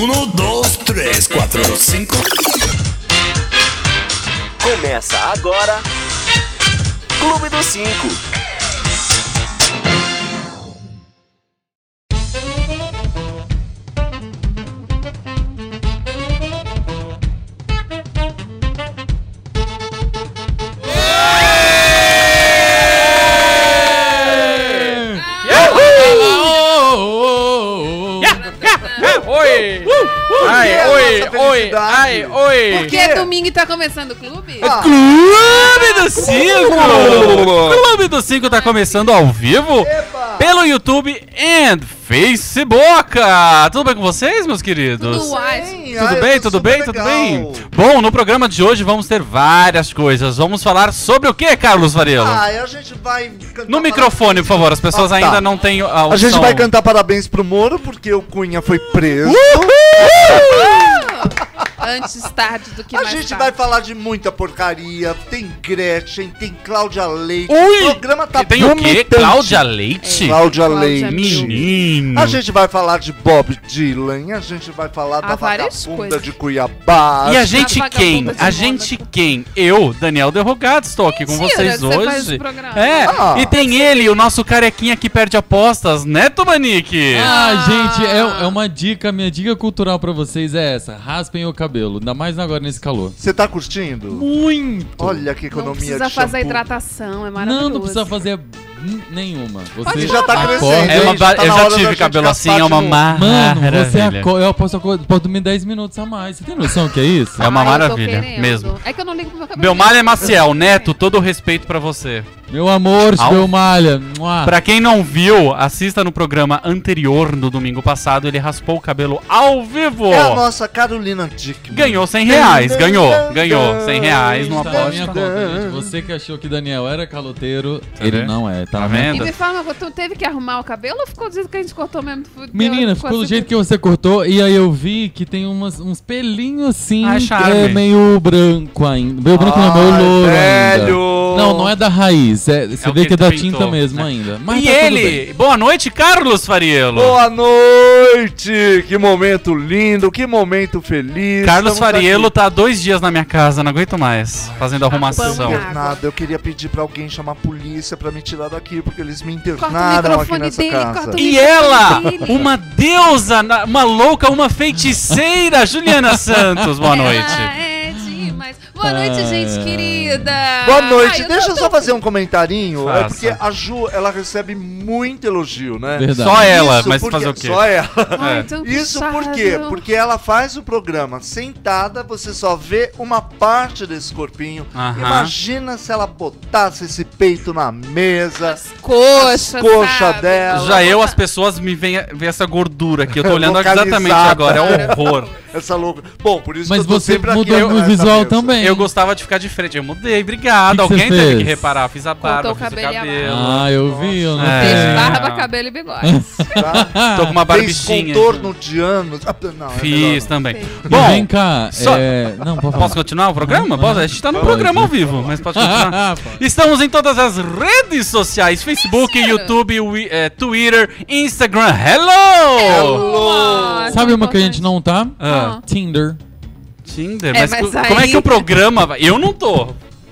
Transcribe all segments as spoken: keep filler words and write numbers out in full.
Um, dois, três, quatro, cinco. Começa agora Clube dos Cinco. Oi! Ai, oi, oi, ai, oi! Porque é domingo e tá começando o clube? Ah. Clube do Cinco! Clube do Cinco tá começando ao vivo Epa. pelo YouTube e Facebook. Tudo bem com vocês, meus queridos? Tudo ótimo. Sim, Tudo ai, bem, eu tô tudo super bem, tudo legal. bem? Bom, no programa de hoje vamos ter várias coisas. Vamos falar sobre o que, Carlos Varelo? Ah, a gente vai cantar No microfone, por favor, as pessoas Ah, tá. ainda não têm a A gente audição. vai cantar parabéns pro Moro, porque o Cunha foi preso. Antes tarde do que A mais gente tarde. vai falar de muita porcaria. Tem Gretchen, tem Cláudia Leite. Ui! O programa tá E tem o quê? vomitante. Cláudia Leite? Cláudia Cláudia Leite. Menino. A gente vai falar de Bob Dylan, a gente vai falar da Ah, várias vagabunda coisas. de Cuiabá. E a gente vagabunda quem? de A moda. gente quem? Eu, Daniel Derrogado, estou aqui com Mentira vocês que você faz hoje. esse programa. É, Ah. e tem ele, o nosso carequinha que perde apostas, Neto Manique. Ah, gente, é, é uma dica, minha dica cultural pra vocês é essa: raspem o cabelo, ainda mais agora nesse calor. Você tá curtindo? Muito! Olha que Não economia precisa de fazer shampoo. hidratação, é maravilhoso. Não, não precisa fazer n- nenhuma. Você Pode já tá acorda- crescendo. É uma já ba- tá eu na já hora da tive gente cabelo assim, raspar é de uma novo. Mano, você maravilha. acorda, eu posso acordar, pode dormir dez minutos a mais. Você tem noção que é isso? É uma Ai, eu tô maravilha, querendo. mesmo. É que eu não ligo pro meu cabelo. Belmalha é Maciel, Neto, todo o respeito pra você. Meu amor, Au. Belmalha. Mua. Pra quem não viu, assista no programa anterior, no domingo passado, ele raspou o cabelo ao vivo. É a nossa Carolina Dickman. Ganhou cem reais, ganhou, ganhou cem reais numa Tá na minha aposta. conta, gente. Você que achou que Daniel era caloteiro, Tá ele vendo? não é, tá, Tá vendo? vendo? E me fala uma coisa, tu teve que arrumar o cabelo ou ficou dizendo que a gente cortou mesmo? Menina, ficou do jeito que você cortou e aí eu vi que tem umas, uns pelinhos assim, Ai, que charme. é meio branco ainda. Meio branco não, meio Ai, louro velho. ainda. Não, não é da raiz, é, você o vê que que é tu da pintou, tinta mesmo né? ainda. Mas E tá tudo bem. ele, boa noite, Carlos Fariello. Boa noite! Que momento lindo, que momento feliz. Carlos Estamos Fariello aqui. tá há dois dias na minha casa, não aguento mais, fazendo arrumação. bom, cara. Internado, eu queria pedir pra alguém chamar a polícia pra me tirar daqui, porque eles me Corta o internaram aqui microfone nessa dele, casa. corta o E ela, uma deusa, na- uma louca, uma feiticeira, Juliana Santos, boa noite. Ela é demais. Boa noite, Ah, gente é. querida. Boa noite, Ai, deixa eu tô só tão- fazer um comentarinho. É Faça. porque a Ju, ela recebe muito elogio, né? Verdade. Só ela, Isso mas porque- fazer o quê? Só ela. Ai, É. tão Isso puxado. por quê? Porque ela faz o programa sentada, você só vê uma parte desse corpinho. Aham. Imagina se ela botasse esse peito na mesa. Coxa, As coxa sabe? dela. Já eu, as pessoas me veem ver essa gordura aqui, eu tô olhando Localizada. exatamente agora, é um horror. Essa louca. Bom, por isso Mas que eu tô você sempre mudou aqui no nessa visual mesa. também. Eu gostava de ficar de frente, eu mudei, obrigado. Que que Alguém você teve fez? que reparar, fiz a barba, Cortou o fiz o cabelo e a cabelo. Ah, eu vi, eu não É. Fez sei. barba, cabelo e bigode. Tá? Tô com uma Fez barbichinha. contorno de anos. Ah, não, é Fiz melhor não. também. Fez. E Bom, vem cá, só- é... Não, pode falar. posso continuar o programa? Posso? A gente tá no Pode. programa ao vivo, mas pode continuar. Pode. Estamos em todas as redes sociais: Facebook, Mentira. YouTube, wi- eh, Twitter, Instagram. Hello! Nossa, Sabe uma que a importante. gente não tá? Ah, Tinder. Tinder, É, mas, mas co- aí- como é que o programa vai? Eu não tô.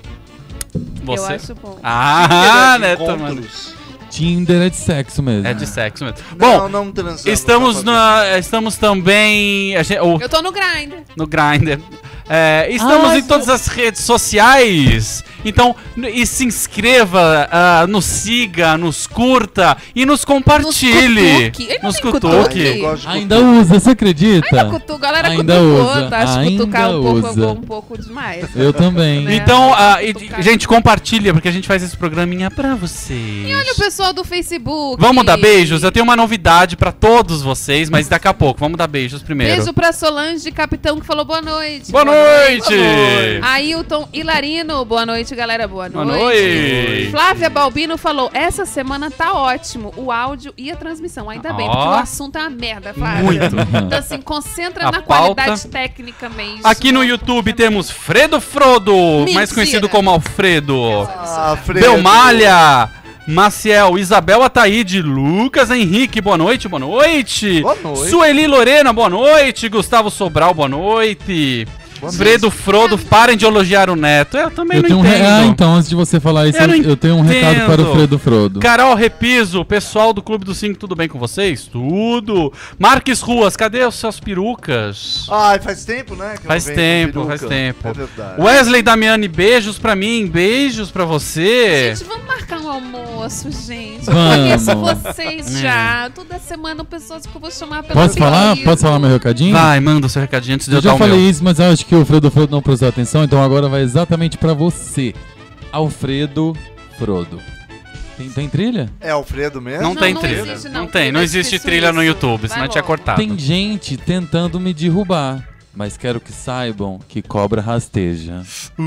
Eu Você? acho bom. Ah, Tinder é de Neto, mano. encontros. Tinder é de sexo mesmo. É de sexo mesmo. Não, Bom, não transamos. estamos, só na, estamos também a gente- o- Eu tô no Grindr. no Grindr. É, estamos Ah, em todas as redes sociais. Então, n- e se inscreva, ah, nos siga, nos curta e nos compartilhe. Nos cutuque. Ele Nos nem cutuque. cutuque. Eu gosto de Ainda cutucar. usa, você acredita? Ainda cutu, galera Ainda cutucou, usa, tá? Acho que cutucar ainda um pouco, usa. um pouco demais. Eu também. Né? Então, ah, e- Cutucar. gente, compartilha, porque a gente faz esse programinha pra vocês. E olha o pessoal do Facebook. Vamos dar beijos? Eu tenho uma novidade pra todos vocês, mas daqui a pouco. Vamos dar beijos primeiro. Beijo pra Solange de Capitão que falou boa noite. Boa noite! Ailton Hilarino, boa noite, galera. Boa Boa noite. noite. Flávia Balbino falou: essa semana tá ótimo, o áudio e a transmissão. Ainda bem, Ó. porque o assunto é uma merda, Flávia. Muito. Então, assim, concentra A na pauta. qualidade técnica mesmo. Aqui no YouTube temos Fredo Frodo, mais Mentira. conhecido como Alfredo. Ah, Fredo. Belmalha, Maciel, Isabel Ataíde, Lucas Henrique, boa noite, boa noite. Boa noite. Sueli Lorena, boa noite. Gustavo Sobral, boa noite. Boa Fredo noite. Frodo, parem de elogiar o Neto. Eu também Eu não tenho um re... entendo. Ah, então, antes de você falar isso, Eu eu, não eu tenho um recado entendo. para o Fredo Frodo. Carol Repiso, pessoal do Clube dos Cinco, tudo bem com vocês? Tudo. Marques Ruas, cadê os seus perucas? Ai, faz tempo, né? que eu Faz não venho com tempo, peruca. faz tempo. É verdade. Wesley Damiani, beijos pra mim, beijos pra você. Gente, vamos marcar um almoço, gente. Vamos. Eu conheço vocês É. já. Toda semana pessoas que eu vou chamar pelo Posso falar? apelido. Posso falar meu recadinho? Vai, manda o seu recadinho antes de eu, Eu dar já o falei meu. isso, mas eu acho que o Fredo Frodo não prestou atenção, então agora vai exatamente pra você. Alfredo Frodo. Tem, tem trilha? É Alfredo mesmo? Não, Não, tem não trilha. existe, não. não. tem, não Não existe existe trilha no isso. YouTube, Vai senão tinha logo. cortado. Tem gente tentando me derrubar, mas quero que saibam que cobra rasteja.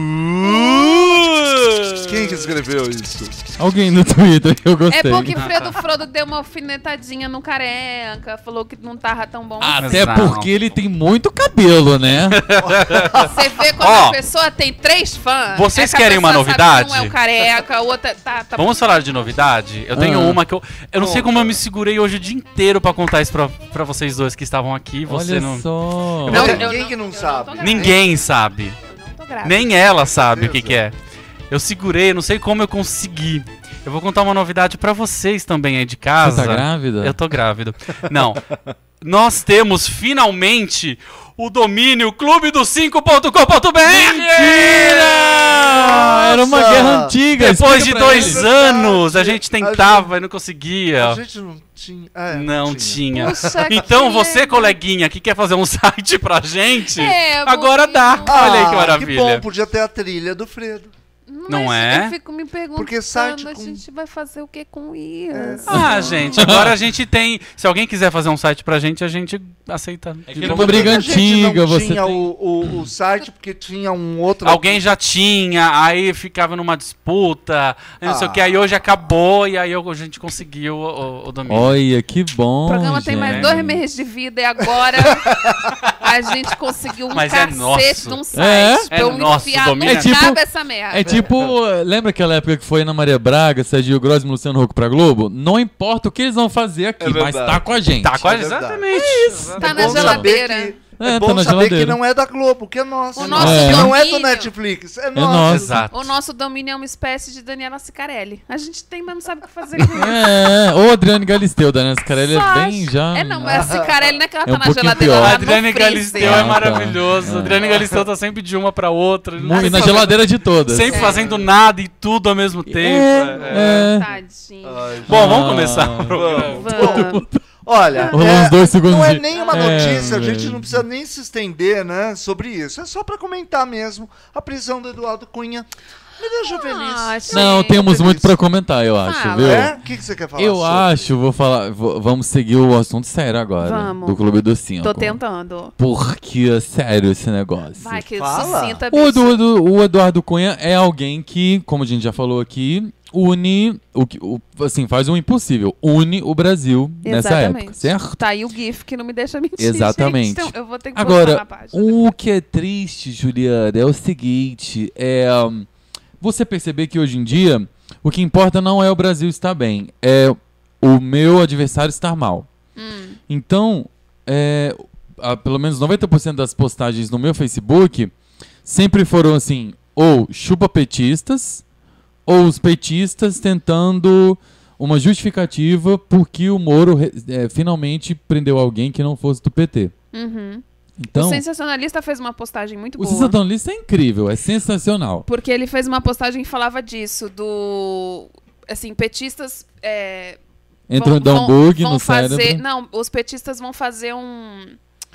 Uh! Quem que escreveu isso? Alguém no Twitter, eu É gostei. porque Fredo Frodo deu uma alfinetadinha no careca, falou que não tava tão bom. Até Exato. porque ele tem muito cabelo, né? Você vê quando Ó, a pessoa tem três fãs. vocês é que a querem uma pessoa sabe novidade? que um é o careca, a outra tá. tá Vamos falar de novidade? Eu tenho Ah. uma que eu. Eu não sei como eu me segurei hoje o dia inteiro pra contar isso pra, pra vocês dois que estavam aqui. Você Olha não. só. Não, Tem eu Quem não- que não eu não sabe? tô grávida. Ninguém sabe. Eu não tô grávida. Nem ela sabe o que, Beleza. que é. Eu segurei, não sei como eu consegui. Eu vou contar uma novidade pra vocês também aí de casa. Você tá grávida? Eu tô grávido. Não. Nós temos finalmente o domínio clube do cinco ponto com ponto b r. Ah, era uma Nossa! guerra antiga. Depois de explica pra dois eles. anos, a A gente gente- tentava e não conseguia. A gente não tinha. é, Não tinha. Poxa, Então que você, legal. coleguinha, que quer fazer um site pra gente, É, agora bom, dá. não. Olha aí que Ah, maravilha. Que bom, podia ter a trilha do Fredo. Não Mas é? Eu fico me perguntando, Porque site a com- gente vai fazer o que com isso? Ah, gente, agora a gente tem. Se alguém quiser fazer um site pra gente, a gente aceita. É De que bom uma briga A gente antiga, não você tinha tem- o, o, o site porque tinha um outro. Alguém já tinha, aí ficava numa disputa, aí não sei o Ah. que, aí hoje acabou e aí eu- a gente conseguiu o, o, o domínio. Olha, que bom. O programa tem mais gente. dois meses de vida e agora a gente conseguiu um Mas é cacete nosso. de um site É? pra eu É nosso enfiar domínio. no É tipo- cabo essa merda. É tipo, lembra aquela época que foi Ana Maria Braga, Sergio Grossman e Luciano Huck pra Globo? Não importa o que eles vão fazer aqui, É mas verdade. tá com a gente. Tá com a É verdade. exatamente. Tá É na bom saber geladeira. que- É, É, tá bom na saber geladeira. que não é da Globo, que é nosso. O nosso É. Que não é do domínio- Netflix, é nosso. nosso. Exato. O nosso domínio é uma espécie de Daniela Cicarelli. A gente tem, mas não sabe o que fazer com isso. É, ou Adriane Galisteu, da Ana Scarelli Só é bem acho- já... É, não, mas a Cicarelli não é que ela É um tá na pouquinho geladeira, pior. ela A tá Adriane no freezer. Galisteu é Ah, tá. maravilhoso. É. A Adriane Galisteu tá sempre de uma pra outra. Mu- Sempre E na fazendo- geladeira de todas. Sempre É. fazendo nada e tudo ao mesmo tempo. É. É. Tadinho. Ai, Bom, vamos Ah. começar o programa. Vamos. Olha, Rolou é, uns dois segundos não é de- nenhuma É, notícia, a gente velho. não precisa nem se estender, né, sobre isso. É só pra comentar mesmo a prisão do Eduardo Cunha. Me deixa Ah, feliz. gente. Não, temos muito pra comentar, eu acho, Fala. viu? É? O que, que você quer falar Eu sobre? acho, vou falar, vou- vamos seguir o assunto sério agora. Vamos. Do Clube dos Cinco. Tô tentando. Porque é sério esse negócio. Vai, que Fala. sucinta, O bicho. Eduardo, o Eduardo Cunha é alguém que, como a gente já falou aqui, une, o, que- o, assim, faz o impossível, une o Brasil nessa Exatamente. época, certo? Tá aí o GIF que não me deixa mentir. Exatamente. Gente, então eu vou ter que postar na Agora, página. o que é triste, Juliana, é o seguinte, é hum, você perceber que hoje em dia o que importa não é o Brasil estar bem, é o meu adversário estar mal. Hum. Então, é, a- pelo menos noventa por cento das postagens no meu Facebook sempre foram assim, ou chupa-petistas, ou os petistas tentando uma justificativa porque o Moro re- é, finalmente prendeu alguém que não fosse do P T. Uhum. Então, O sensacionalista fez uma postagem muito o boa. sensacionalista é incrível, é sensacional. Porque ele fez uma postagem que falava disso, do... Assim, petistas... É, Entra vão- um vão- bug vão no fazer, cérebro. Não, os petistas vão fazer um...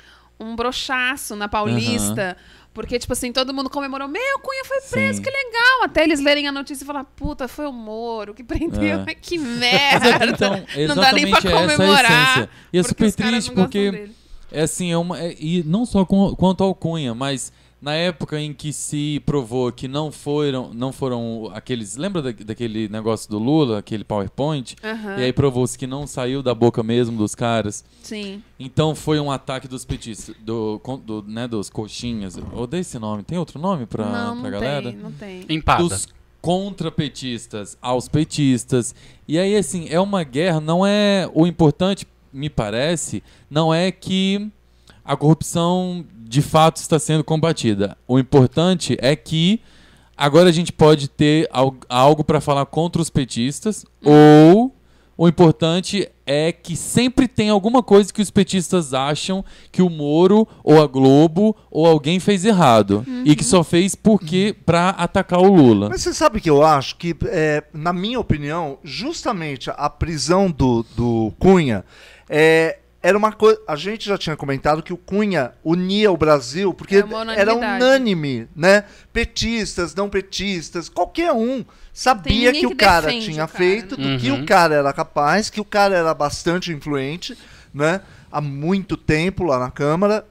Um brochaço na Paulista. Porque, tipo assim, todo mundo comemorou. Meu, Cunha foi preso, Sim. que legal. Até eles lerem a notícia e falar, puta, foi o Moro que prendeu. É. Que Mas merda. é, então, Não dá nem pra exatamente essa é a comemorar. essência. E é porque super os caras triste não gostam porque dele. é assim, é uma, é- e não só com- quanto ao Cunha, mas na época em que se provou que não foram, não foram aqueles, lembra da- daquele negócio do Lula, aquele PowerPoint? Aham, E aí provou-se que não saiu da boca mesmo dos caras. sim. Então foi um ataque dos petistas, do, con- do, né, dos coxinhas. Eu odeio esse nome. Tem outro nome pra, não, não pra galera? tem, não tem. Empada. Dos contra petistas aos petistas. E aí, assim, é uma guerra, não é... O importante, me parece, não é que a corrupção de fato está sendo combatida. O importante é que agora a gente pode ter algo para falar contra os petistas, ou o importante é que sempre tem alguma coisa que os petistas acham que o Moro, ou a Globo, ou alguém fez errado. Uhum. E que só fez porque para atacar o Lula. Mas você sabe que eu acho que, é, na minha opinião, justamente a prisão do, do Cunha é, era uma coisa... A gente já tinha comentado que o Cunha unia o Brasil, porque É uma era unanimidade. unânime, né? Petistas, não petistas, qualquer um sabia ninguém que o que cara defende tinha o cara, feito, né? do que Uhum. o cara era capaz, que o cara era bastante influente, né? Há muito tempo lá na Câmara,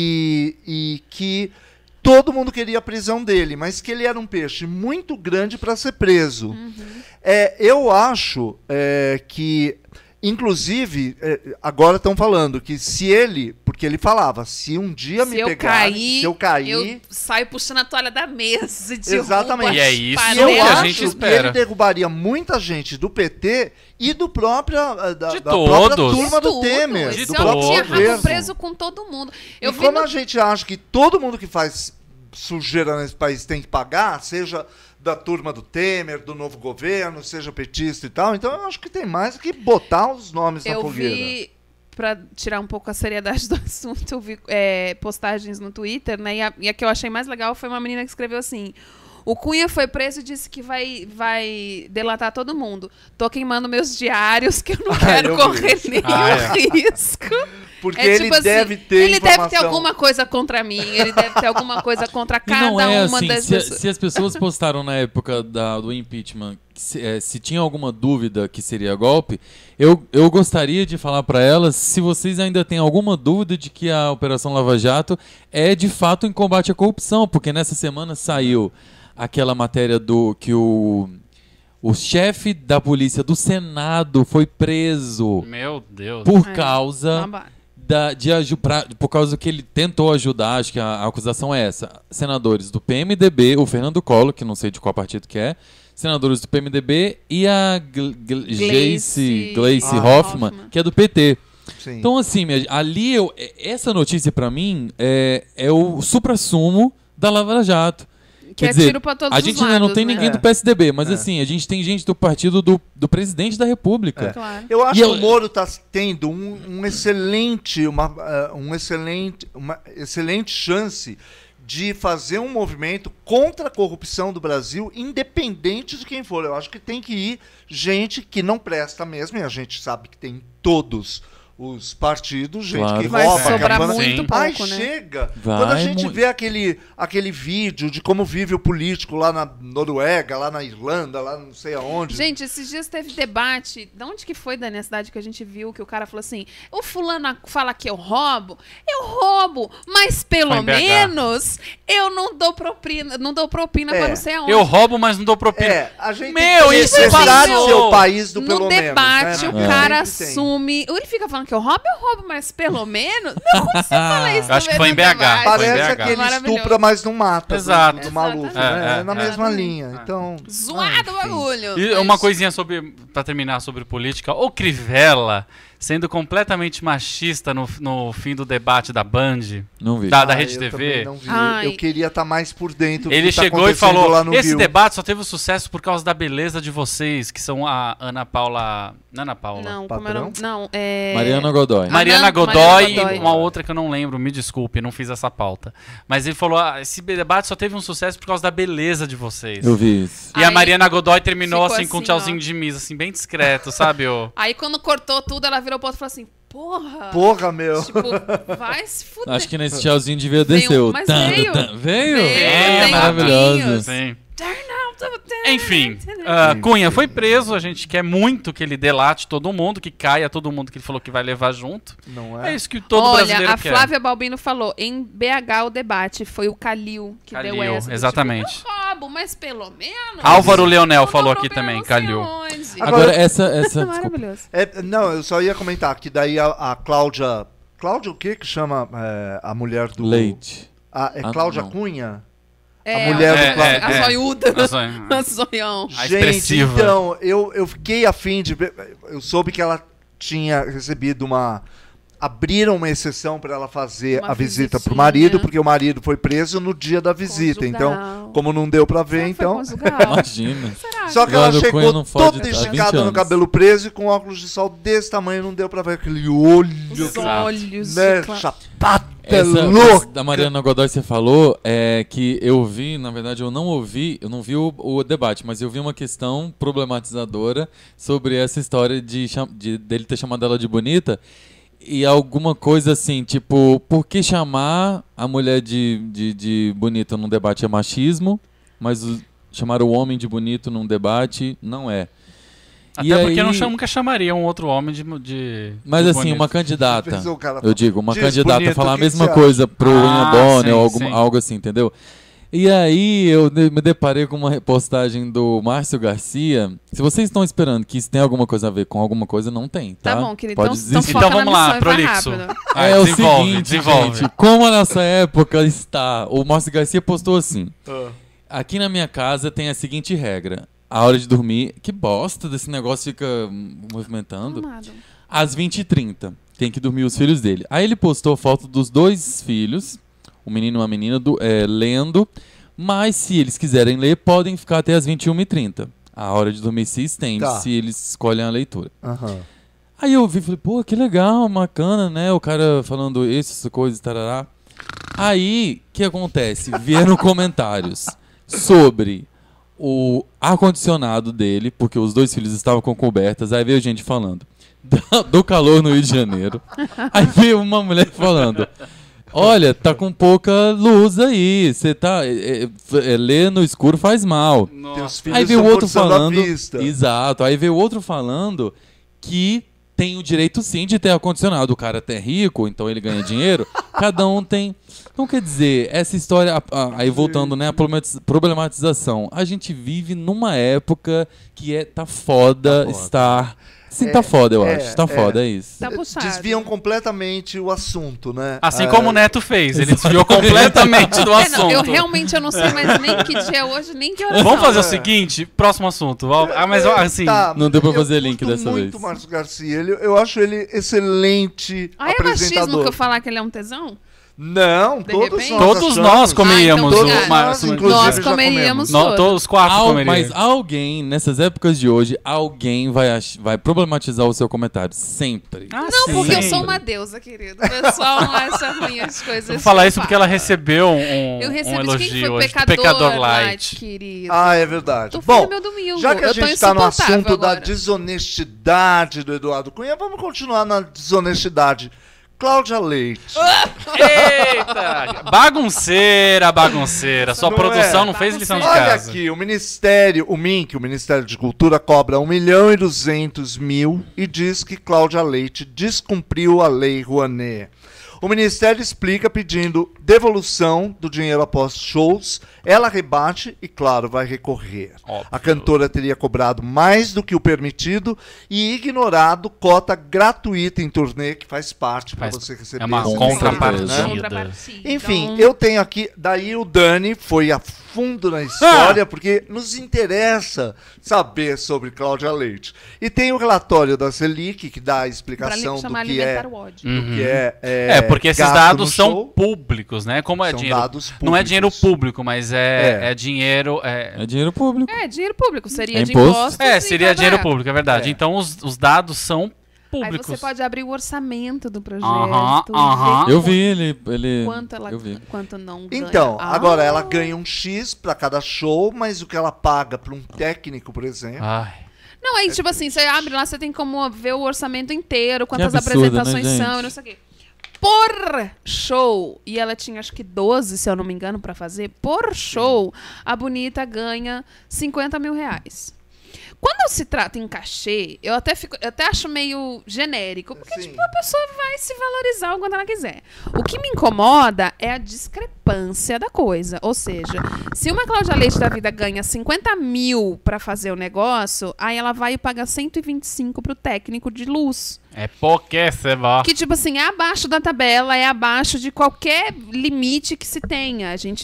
e, e que todo mundo queria a prisão dele, mas que ele era um peixe muito grande para ser preso. Uhum. É, eu acho é, que, inclusive, é, agora estão falando que se ele, porque ele falava, se um dia Se me eu pegarem, cair, se eu cair, eu saio puxando a toalha da mesa e Exatamente. E é isso e que eu a acho gente que espera. ele derrubaria muita gente do P T e do própria, da, De da própria todos. turma do Tudo. Temer, De Esse do homem próprio tinha todos. rabo governo. preso com todo mundo. Eu e vi como no- a gente acha que todo mundo que faz sujeira nesse país tem que pagar, seja da turma do Temer, do novo governo, seja petista e tal, então eu acho que tem mais que botar os nomes na Eu fogueira. vi, pra tirar um pouco a seriedade do assunto, eu vi é, postagens no Twitter, né? E a, e a que eu achei mais legal foi uma menina que escreveu assim: o Cunha foi preso e disse que vai, vai delatar todo mundo. Tô queimando meus diários, que eu não Ah, quero eu vi correr isso. nenhum Ah, é. risco. Porque É ele tipo assim, deve ter ele deve ter informação. alguma coisa contra mim, ele deve ter alguma coisa contra E cada não é uma assim, das se, pessoas. se as pessoas postaram na época da, do impeachment que se, eh, se tinha alguma dúvida que seria golpe, eu, eu gostaria de falar para elas se vocês ainda têm alguma dúvida de que a Operação Lava Jato é de fato em combate à corrupção, porque nessa semana saiu aquela matéria do que o, o chefe da polícia do Senado foi preso Meu Deus. por É, causa... babado. Da, de, aju- pra- por causa que ele tentou ajudar, acho que a, a acusação é essa, senadores do P M D B, o Fernando Collor, que não sei de qual partido que é, senadores do P M D B e a Gl- Gl- Gleice, Gleice Ah. Hoffmann, Hoffmann. que é do P T. Sim. Então, assim, minha- ali eu, essa notícia pra mim é, é o suprassumo da Lava Jato. Que Quer é dizer, tiro pra todos a os gente ainda não lados, tem né? ninguém É. do P S D B, mas É. assim, a gente tem gente do partido do, do presidente da República. Claro. Eu acho E que eu- o Moro está tendo um, um excelente, uma, eh, um excelente, uma excelente chance de fazer um movimento contra a corrupção do Brasil, independente de quem for. Eu acho que tem que ir gente que não presta mesmo, e a gente sabe que tem em todos os partidos, gente Claro. que Vai rouba, sobrar que muito Sim. pouco, Ai, né? chega! Vai Quando a gente muito. vê aquele, aquele vídeo de como vive o político lá na Noruega, lá na Irlanda, lá não sei aonde. Gente, esses dias teve debate. De onde que foi, Dani, a cidade que a gente viu que o cara falou assim: o fulano fala que eu roubo, eu roubo, mas pelo Foi em B H. menos eu não dou propina, não dou propina É. pra não sei aonde. Eu roubo, mas não dou propina. É, a gente Meu, tem que isso necessitar passou. ser o país do No pelo debate, menos, né? o É. cara Sempre tem. assume. Ele fica falando que eu roubo, eu roubo, mas pelo menos. Não, como você fala isso? Eu acho no que foi em meio do B H. debate? Foi em Parece B H. aquele Maravilhoso. estupra, mas não mata. Exato. Do, do Maluf, Exatamente. né? É, É, na é, mesma é. linha. Então, Zoado o enfim. bagulho. E mas- uma coisinha sobre, pra terminar, sobre política. O Crivella sendo completamente machista no, no fim do debate da Band, Não vi. da, da Ah, Rede eu T também V. não vi. Ai. Eu queria estar mais por dentro do Ele que tá chegou e acontecendo falou: lá no esse Rio. debate só teve sucesso por causa da beleza de vocês, que são a Ana Paula. Não é Ana Paula? Não, como era? Padrão? Não, é. Mariana Godoy. Ma- Mariana Mariana Godoy Godoy. e uma outra que eu não lembro, me desculpe, não fiz essa pauta. Mas ele falou: ah, esse debate só teve um sucesso por causa da beleza de vocês. Eu vi isso. E a Aí Mariana Godoy terminou ficou assim com um assim, tchauzinho ó. de misa, assim, bem discreto, sabe? Ô? Aí quando cortou tudo, ela virou pro outro e falou assim: porra! Porra, meu. Tipo, vai se fuder. Acho que nesse tchauzinho devia Veio descer. um, o mas tan, veio. tan. Veio? Veio, Ah, tem maravilhoso. pouquinhos. Sim. Turn out the- Enfim, ah, Cunha foi preso, a gente quer muito que ele delate todo mundo, que caia todo mundo que ele falou que vai levar junto. Não É é? isso que todo Olha, brasileiro a quer. Flávia Balbino falou: em B H o debate foi o Calil que Calil, deu essa. do exatamente. Tipo, eu roubo, mas pelo menos. Álvaro Leonel não falou dou aqui problema, também, não sei Calil. onde. Agora- Agora, essa. essa desculpa. Maravilhoso. É, não, eu só ia comentar que daí a, a Cláudia... Cláudia o que que chama é, a mulher do... Leite. A, é Ah, Cláudia não. Cunha? É, a mulher é, do Cláudio. é, A é. zoiuda. A zoiuda. A zoião. A Gente, expressiva. então, eu, eu fiquei afim de ver. Eu soube que ela tinha recebido uma. Abriram uma exceção para ela fazer Uma a visita pro visitinha. marido, porque o marido foi preso no dia da visita. Conjugal. Então, como não deu para ver, Será que foi então. conjugal? Imagina. Será? Só que ela Eduardo Cunha chegou não fode toda há vinte esticada no anos. cabelo preso e com óculos de sol desse tamanho, não deu pra ver aquele olho, Os Exato. olhos. né? de Clá- Chapata Essa louca. da Mariana Godoy você falou é que eu vi, na verdade eu não ouvi, eu não vi o, o debate, mas eu vi uma questão problematizadora sobre essa história de, cham- de dele ter chamado ela de bonita e alguma coisa assim, tipo, por que chamar a mulher de, de, de bonita num debate é machismo, mas o- chamar o homem de bonito num debate não é. Até E porque aí- não cham- nunca chamaria um outro homem de. de Mas de assim, bonito. uma candidata, Pensou o cara- eu digo, uma Diz, candidata bonito, falar o a que mesma que você coisa pro Ah, William Bonner sim, ou algum, sim. algo assim, entendeu? E aí eu de- me deparei com uma repostagem do Márcio Garcia. Se vocês estão esperando que isso tem alguma coisa a ver com alguma coisa, não tem, tá? Tá bom, querido. Pode Então, então desistir. foca Então vamos na lá, missão e vai prolixo. rápido. Vai, é o desenvolve, seguinte, desenvolve. gente, como a nossa época está... O Márcio Garcia postou assim, Ah. aqui na minha casa tem a seguinte regra. A hora de dormir... Que bosta desse negócio fica hum, movimentando. Amado. Às vinte e trinta. Tem que dormir os filhos dele. Aí ele postou foto dos dois filhos, um menino e uma menina, do, é, lendo. Mas se eles quiserem ler, podem ficar até as vinte e uma e trinta. A hora de dormir se estende, Tá. se eles escolhem a leitura. Aham. Aí eu vi e falei, pô, que legal, bacana, né? O cara falando isso, essa coisa, tarará. Aí, o que acontece? Vieram comentários sobre o ar-condicionado dele, porque os dois filhos estavam com cobertas. Aí veio gente falando da- do calor no Rio de Janeiro. Aí veio uma mulher falando, olha, tá com pouca luz aí, você tá... É, é, é, ler no escuro faz mal. Tem os filhos Aí veio estão outro forçando a falando. vista. Exato. Aí veio outro falando que tem o direito sim de ter ar-condicionado. O cara até é rico, então ele ganha dinheiro. Cada um tem. Então quer dizer, essa história. a- a- Aí voltando, né? A problematiz- problematização. A gente vive numa época que é tá foda, Tá foda. estar. Sim, É, tá foda, eu é, acho. Tá é. foda, é isso. Tá puxado. Desviam completamente o assunto, né? Assim Ah, como o Neto fez, ele desviou completamente do É, assunto. não, eu realmente eu não sei mais nem que dia é hoje, nem que horas Vamos são. fazer o seguinte, próximo assunto. Ah, mas assim, Tá, Não deu pra eu fazer link curto dessa muito vez. o Márcio Garcia. Ele, eu acho ele excelente Ah, é machismo apresentador. que eu falar que ele é um tesão? Não, De todos repente? nós todos achamos. nós comeríamos Ah, então, o obrigada. Márcio. Nós, inclusive, Nós já comeríamos Nó- todos. todos os quatro Al- comeríamos. mas alguém, nessas épocas de hoje, alguém vai, ach- vai problematizar o seu comentário. Sempre. Ah, Não, sim. porque eu Sim. sou uma deusa, querido. O pessoal não acha ruim as coisas. Vou falar que eu isso porque ela falo. recebeu um, Eu um recebi de elogio quem foi hoje. pecador, Pecador light, Light. querido. Ah, é verdade. Tu foi Bom, no meu domingo. já que a eu tô gente tá no insuportável assunto da agora. desonestidade do Eduardo Cunha, vamos continuar na desonestidade. Cláudia Leite. Eita! Bagunceira, bagunceira. Sua Não produção é? não fez lição de Olha casa. aqui, o Ministério, o M I N C, o Ministério de Cultura, cobra um milhão e duzentos mil e diz que Cláudia Leite descumpriu a Lei Rouanet. O Ministério explica pedindo devolução do dinheiro após shows. Ela rebate e, claro, vai recorrer. Óbvio. A cantora teria cobrado mais do que o permitido e ignorado cota gratuita em turnê, que faz parte para Faz- você receber. é uma esse contrapartida. dinheiro, né? Contrapartida. Enfim, Então, eu tenho aqui. Daí o Dani foi a fundo na história, porque nos interessa saber sobre Cláudia Leite. E tem o relatório da Selic, que dá a pra explicação do chamar que é, alimentar o ódio. do Uhum. que é, é, É, porque esses gasto dados no são show. públicos, né? Como é São dinheiro. dados Não é dinheiro públicos. público, mas é, É. é dinheiro. É, É dinheiro público. É, dinheiro público. Seria É de imposto? impostos. é e seria cada dinheiro época. público, é verdade. É. Então os, os dados são Aí públicos. você pode abrir o orçamento do projeto. Aham, ver aham. Eu quanto- vi ele. ele Quanto, ela, eu vi. quanto não ganha. Então, Ah. agora ela ganha um X para cada show, mas o que ela paga para um técnico, por exemplo. Ai. Não, aí, tipo assim, você abre lá, você tem como ver o orçamento inteiro, quantas absurdo, apresentações né, são gente? e não sei o quê. Por show, e ela tinha acho que doze, se eu não me engano, pra fazer, por show, a Bonita ganha cinquenta mil reais. Quando se trata em cachê, eu até, fico, eu até acho meio genérico, porque Sim. tipo, a pessoa vai se valorizar o quanto ela quiser. O que me incomoda é a discrepância da coisa. Ou seja, se uma Cláudia Leite da vida ganha cinquenta mil pra fazer o negócio, aí ela vai e paga cento e vinte e cinco pro técnico de luz. É porque você vai. Que, tipo assim, é abaixo da tabela, é abaixo de qualquer limite que se tenha. A gente s-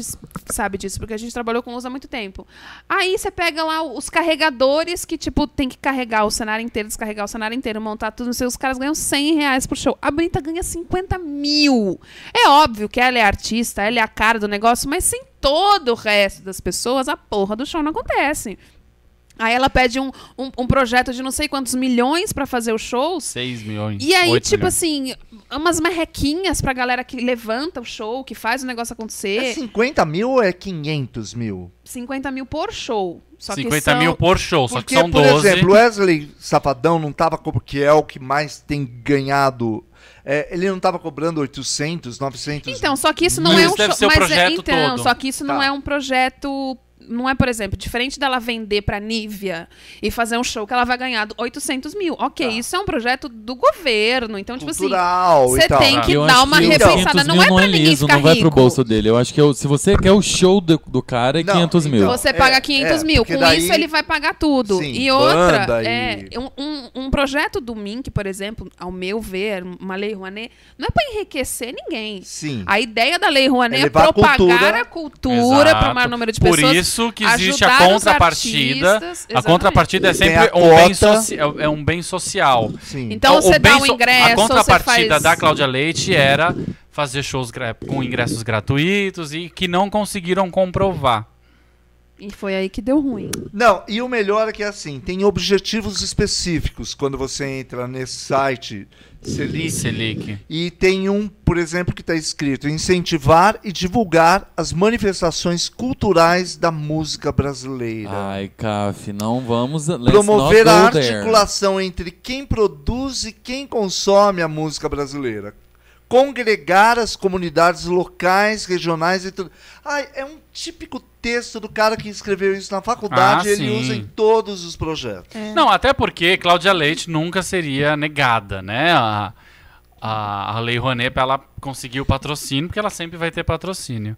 que sabe disso, porque a gente trabalhou com luz há muito tempo. Aí você pega lá os carregadores que, tipo, tem que carregar o cenário inteiro, descarregar o cenário inteiro, montar tudo, não sei, os caras ganham cem reais por show. A Bonita ganha cinquenta mil. É óbvio que ela é artista, ela é a cara do negócio, mas sem todo o resto das pessoas, a porra do show não acontece. Aí ela pede um, um, um projeto de não sei quantos milhões pra fazer os shows. seis milhões. E aí, oito tipo milhões. assim, umas marrequinhas pra galera que levanta o show, que faz o negócio acontecer. É cinquenta mil ou é quinhentos mil? cinquenta mil por show. Só que cinquenta são... mil por show, só Porque, que são por doze. exemplo, Wesley Safadão não tava como que é o que mais tem ganhado. É, ele não tava cobrando oitocentos, novecentos. Então, só que isso não Mas é um deve show. ser o mas é, projeto então, todo. só que isso não Tá. é um projeto. Não é, por exemplo, diferente dela vender pra Nívia e fazer um show que ela vai ganhar oitocentos mil. Ok, Tá. isso é um projeto do governo. Então, tipo assim, cultural você e tal. tem que Eu dar acho uma que os repensada. quinhentos Não mil é pra ninguém liso, ficar não vai pro rico. bolso dele. Eu acho que eu- se você quer o show do, do cara, é Não, quinhentos mil. então. Você É, paga quinhentos é, mil. porque Com daí- isso, ele vai pagar tudo. Sim, e outra, banda é, e- um, um, um projeto do Mink, por exemplo, ao meu ver, uma Lei Rouanet, não é pra enriquecer ninguém. Sim. A ideia da Lei Rouanet É é, levar a propagar cultura- a cultura para o Exato. maior número de Por pessoas. isso que existe a ajudar os contrapartida. artistas, A exatamente. contrapartida é Tem sempre a um bem, cota. soci- é um bem social. Sim. Então O você bem dá um so- ingresso, A contrapartida você faz... da Cláudia Leite era fazer shows gra- com ingressos gratuitos e que não conseguiram comprovar. E foi aí que deu ruim. Não, e o melhor é que é assim, tem objetivos específicos quando você entra nesse site Selic. Selic. E tem um, por exemplo, que está escrito: incentivar e divulgar as manifestações culturais da música brasileira. Ai, Caf, não vamos... let's Promover not a go there. articulação entre quem produz e quem consome a música brasileira. Congregar as comunidades locais, regionais e tudo. Ai, é um típico texto do cara que escreveu isso na faculdade Ah, e ele sim. usa em todos os projetos. Não, até porque Cláudia Leite nunca seria negada, né? A, a, a Lei Rouanet pra ela conseguir o patrocínio, porque ela sempre vai ter patrocínio.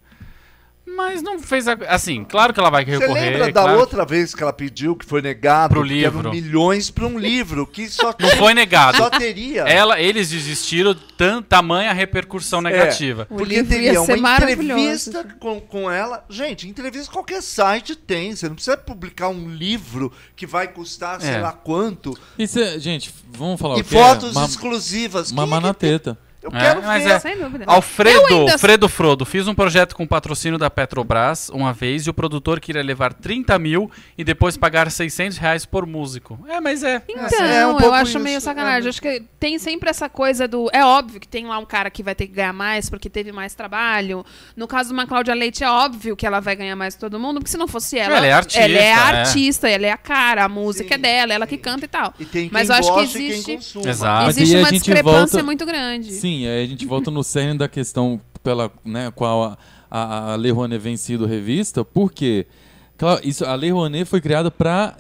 Mas não fez... A, assim, claro que ela vai Você recorrer. lembra da claro outra vez que ela pediu, que foi negado, Pro que livro. eram milhões para um livro, que só, Não foi negado. só teria... Ela, eles desistiram, tam, tamanha repercussão negativa. O Porque livro ia teria ser uma maravilhoso. entrevista com, com ela. Gente, entrevista qualquer site tem. Você não precisa publicar um livro que vai custar sei É. lá quanto. Isso é- gente, vamos falar E o que é? fotos Ma- exclusivas. Quem Mamar é que na tem? teta. Eu É, quero mas ver. é- Sem dúvida. Alfredo, Eu ainda- Alfredo Frodo, fiz um projeto com patrocínio da Petrobras uma vez e o produtor queria levar trinta mil e depois pagar seiscentos reais por músico. É, mas é. Então, É um eu pouco acho isso, meio sacanagem. é. Acho que tem sempre essa coisa do... É óbvio que tem lá um cara que vai ter que ganhar mais porque teve mais trabalho. No caso de uma Cláudia Leite, é óbvio que ela vai ganhar mais que todo mundo, porque se não fosse ela... Ela é artista, Ela é é. artista, ela é a cara, a música Sim, é dela, ela que sim. canta e tal. E tem quem Mas eu acho que gosta e existe- quem consuma. Exato. Mas Existe aí a uma gente discrepância volta- muito grande. Sim, aí a gente volta no cerne da questão pela né, qual a, a, a Lei Rouanet vem sido revista, porque claro, isso, a Lei Rouanet foi criada para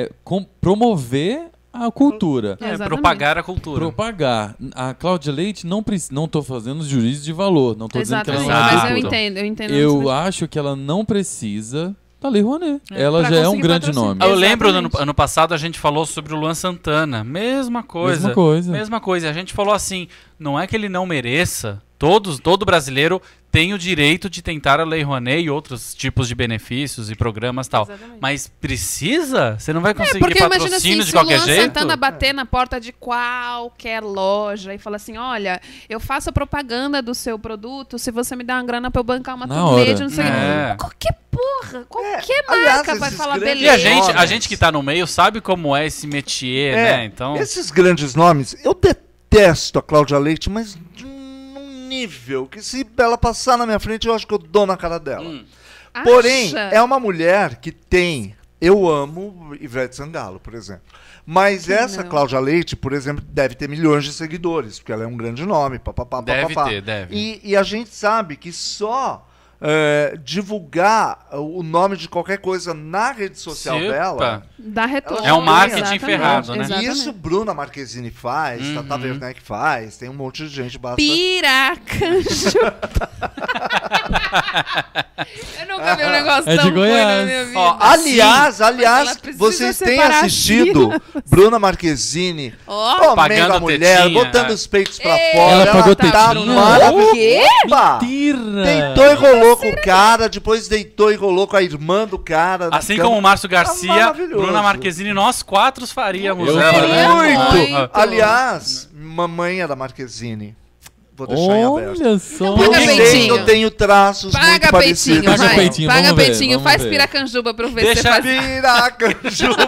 promover a cultura. É, Exatamente. propagar a cultura. Propagar. A Cláudia Leite não precisa. Não estou fazendo juízo de valor. Não estou dizendo que ela Exatamente, não é Exato. mas eu cultura. entendo, eu entendo. Eu acho que ela não precisa da Lei Rouanet. ela Pra já é um conseguir grande patrocínio. nome. Eu lembro no ano, Exatamente. ano passado a gente falou sobre o Luan Santana. Mesma coisa. Mesma coisa. Mesma coisa. A gente falou assim, não é que ele não mereça. Todos, todo brasileiro tem o direito de tentar a Lei Rouanet e outros tipos de benefícios e programas e tal. Exatamente. Mas precisa? Você não vai É, conseguir porque imagina patrocínio assim, de se o qualquer Luan jeito? Santana bater na porta de qualquer loja e falar assim, olha, eu faço a propaganda do seu produto se você me dá uma grana pra eu bancar uma Na turnê hora. de não sei o É. quê. Qualquer porra, qualquer aliás, marca vai esses falar grandes E a beleza. gente, a nomes. gente que tá no meio sabe como é esse métier, É, né? Então, Esses grandes nomes, eu detesto a Cláudia Leite, mas de um nível que se ela passar na minha frente, eu acho que eu dou na cara dela. Hum. Porém, Acha? é uma mulher que tem... Eu amo Ivete Sangalo, por exemplo. Mas Quem essa não? Cláudia Leite, por exemplo, deve ter milhões de seguidores, porque ela é um grande nome, papapá, Deve papapá. ter, deve. E, e a gente sabe que só é, divulgar o nome de qualquer coisa na rede social Opa. dela... Dá retorno. É um marketing Exatamente, ferrado, né? exatamente. Isso Bruna Marquezine faz, Uhum. Tata Werneck faz, tem um monte de gente. Basta... Piracanjo. Eu nunca vi um negócio É de tão ruim Goiás. na minha vida. Ó, aliás, Ela aliás, precisa vocês têm separar a assistido China. Bruna Marquezine Ó, comendo Pagando a mulher, tetinha, botando é. os peitos pra Ei, fora. Ela pagou tá tetinha? maravilhosa. O quê? Opa! Mentira! Deitou e rolou com o cara, depois deitou e rolou com a irmã do cara. na Assim cama. como o Márcio Garcia, maravilhoso. Bruna Marquezine, nós quatro faríamos Eu ela, faria né? Muito! Muito. Aliás, mamãe era Marquezine. Vou deixar em aberto. Olha só. Então Eu paga sei peitinho. que eu tenho traços muito Paga parecidos. peitinho, Paga vai. peitinho, Paga vamos ver, peitinho, vamos faz ver. piracanjuba pra eu ver Deixa se você faz. Piracanjuba.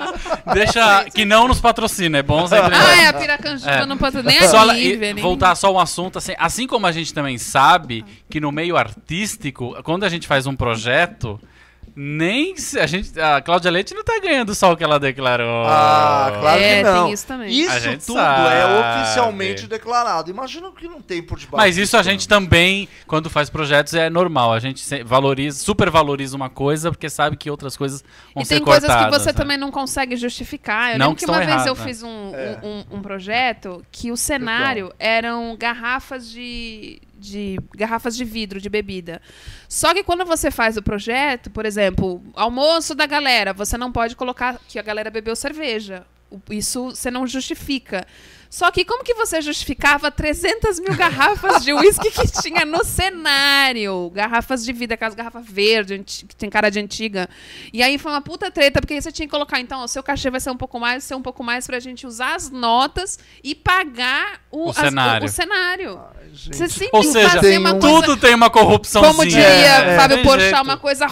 Deixa que não nos patrocina, é bom sempre. Ah, é, a piracanjuba É. não pode nem Só ela- ali, e velho. voltar só um assunto, assim, assim como a gente também sabe que no meio artístico, quando a gente faz um projeto, nem se- a gente, a Cláudia Leite não tá ganhando só o que ela declarou. Ah, claro É, que não. tem isso também. Isso A gente tudo sabe. é oficialmente declarado. Imagina o que não tem por debaixo. Mas isso a do gente pano. também, quando faz projetos, é normal. A gente se- valoriza, super valoriza uma coisa porque sabe que outras coisas vão E ser tem coisas cortadas. que você né? também não consegue justificar. Eu Não lembro que que uma estão vez eu erradas, fiz um, É. um, um projeto que o cenário eram garrafas de, de garrafas de vidro de bebida. Só que quando você faz o projeto, por exemplo, almoço da galera, você não pode colocar que a galera bebeu cerveja. O- Isso você não justifica. Só que como que você justificava trezentas mil garrafas de uísque que tinha no cenário? Garrafas de vidro, aquelas garrafas verdes, anti- que tem cara de antiga. E aí foi uma puta treta, porque aí você tinha que colocar, então, o seu cachê vai ser um pouco mais, ser um pouco mais pra gente usar as notas e pagar o, O as- cenário. o, o cenário. Gente. Você sempre Ou seja, fazia uma tem um- coisa... Tudo tem uma corrupçãozinha. Como diria É, Fábio tem Porchat, jeito. uma coisa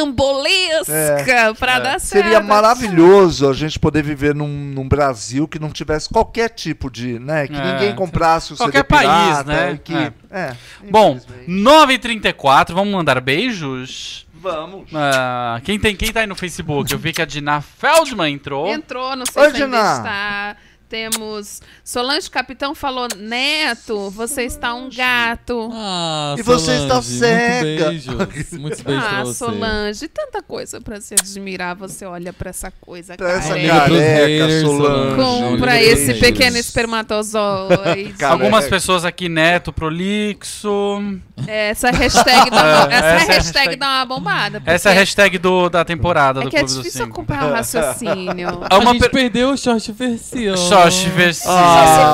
rocambolesca pra dar certo. Seria maravilhoso a gente poder viver num, num Brasil que não tivesse qualquer tipo de, né, que É. ninguém comprasse o Qualquer C D país, pirata, né? e que, É. é, Bom, infelizmente. nove e trinta e quatro, vamos mandar beijos? Vamos. Ah, quem, tem, quem tá aí no Facebook? Eu vi que a Dina Feldman entrou. Entrou, não sei Oi, se ainda Diná. está. Temos Solange Capitão falou, Neto, você está um gato. Ah, E você está Solange, cega. Muitos beijos. Muitos beijos pra Ah, você. Solange, tanta coisa pra se admirar. Você olha pra essa coisa, Pra essa liga careca. pros careca, haters, Solange. Solange. Não Compra liga pros esse haters. pequeno espermatozoide. Cara, Algumas é- pessoas aqui, Neto Prolixo. Essa hashtag, dá, É, essa essa é a hashtag hashtag- dá uma bombada. Essa é a porque hashtag do, da temporada é do que é Clube dos difícil Cinco. acompanhar o raciocínio. É A uma gente per- perdeu o short versão. Xoxi Versino. Ah.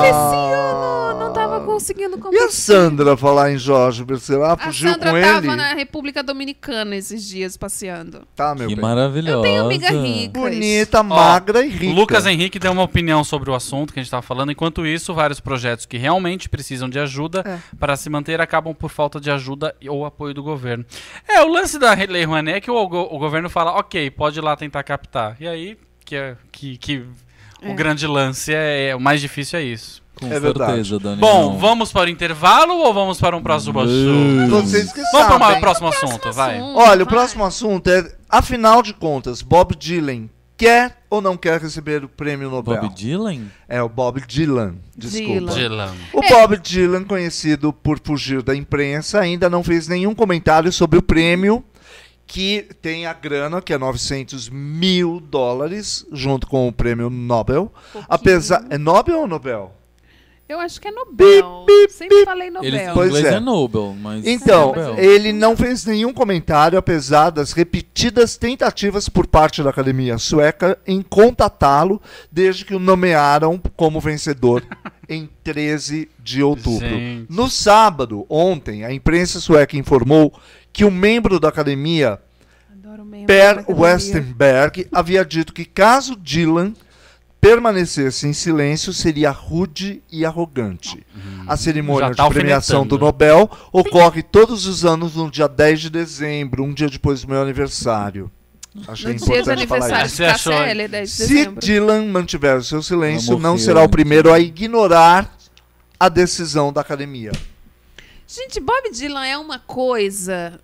Esse não tava conseguindo E competir. a Sandra falar em Jorge Bercerá? A Fugiu Sandra com tava ele? na República Dominicana esses dias passeando. Tá, meu Que bem. maravilhosa. Eu tenho amiga rica. Bonita, magra e rica. O Lucas Henrique deu uma opinião sobre o assunto que a gente estava falando. Enquanto isso, vários projetos que realmente precisam de ajuda É. para se manter acabam por falta de ajuda ou apoio do governo. É, o lance da Lei Rouanet é que o, go- o governo fala, ok, pode ir lá tentar captar. E aí, que, é- que, que É. o grande lance é, é- o mais difícil é isso. Com É verdade. certeza, Daniel. Bom, vamos para o intervalo ou vamos para um próximo assunto? Vocês que Vamos para sabem. o próximo assunto, vai. assunto. Olha, o Vai. próximo assunto é, afinal de contas, Bob Dylan quer ou não quer receber o prêmio Nobel? Bob Dylan? É o Bob Dylan, desculpa. Dylan. Dylan. O Bob Dylan, conhecido por fugir da imprensa, ainda não fez nenhum comentário sobre o prêmio, que tem a grana, que é novecentos mil dólares, junto com o prêmio Nobel. Apesar, é Nobel ou Nobel? Eu acho que é Nobel. Sempre falei Nobel. Eles, em Pois inglês é. é. Nobel, mas... Então, é Nobel. ele não fez nenhum comentário, apesar das repetidas tentativas por parte da academia sueca em contatá-lo desde que o nomearam como vencedor em treze de outubro. Gente. No sábado, ontem, a imprensa sueca informou que um membro da academia, Adoro membro Per da academia. Westenberg, havia dito que caso Dylan permanecesse em silêncio, seria rude e arrogante. A cerimônia Já tá de premiação do alfinetando. Nobel ocorre todos os anos no dia dez de dezembro, um dia depois do meu aniversário. Achei No dia do importante falar aniversário isso. Você de achou? K C L, dez de Se dezembro. Dylan mantiver o seu silêncio, Ela não morreu será o antes. primeiro a ignorar a decisão da academia. Gente, Bob Dylan é uma coisa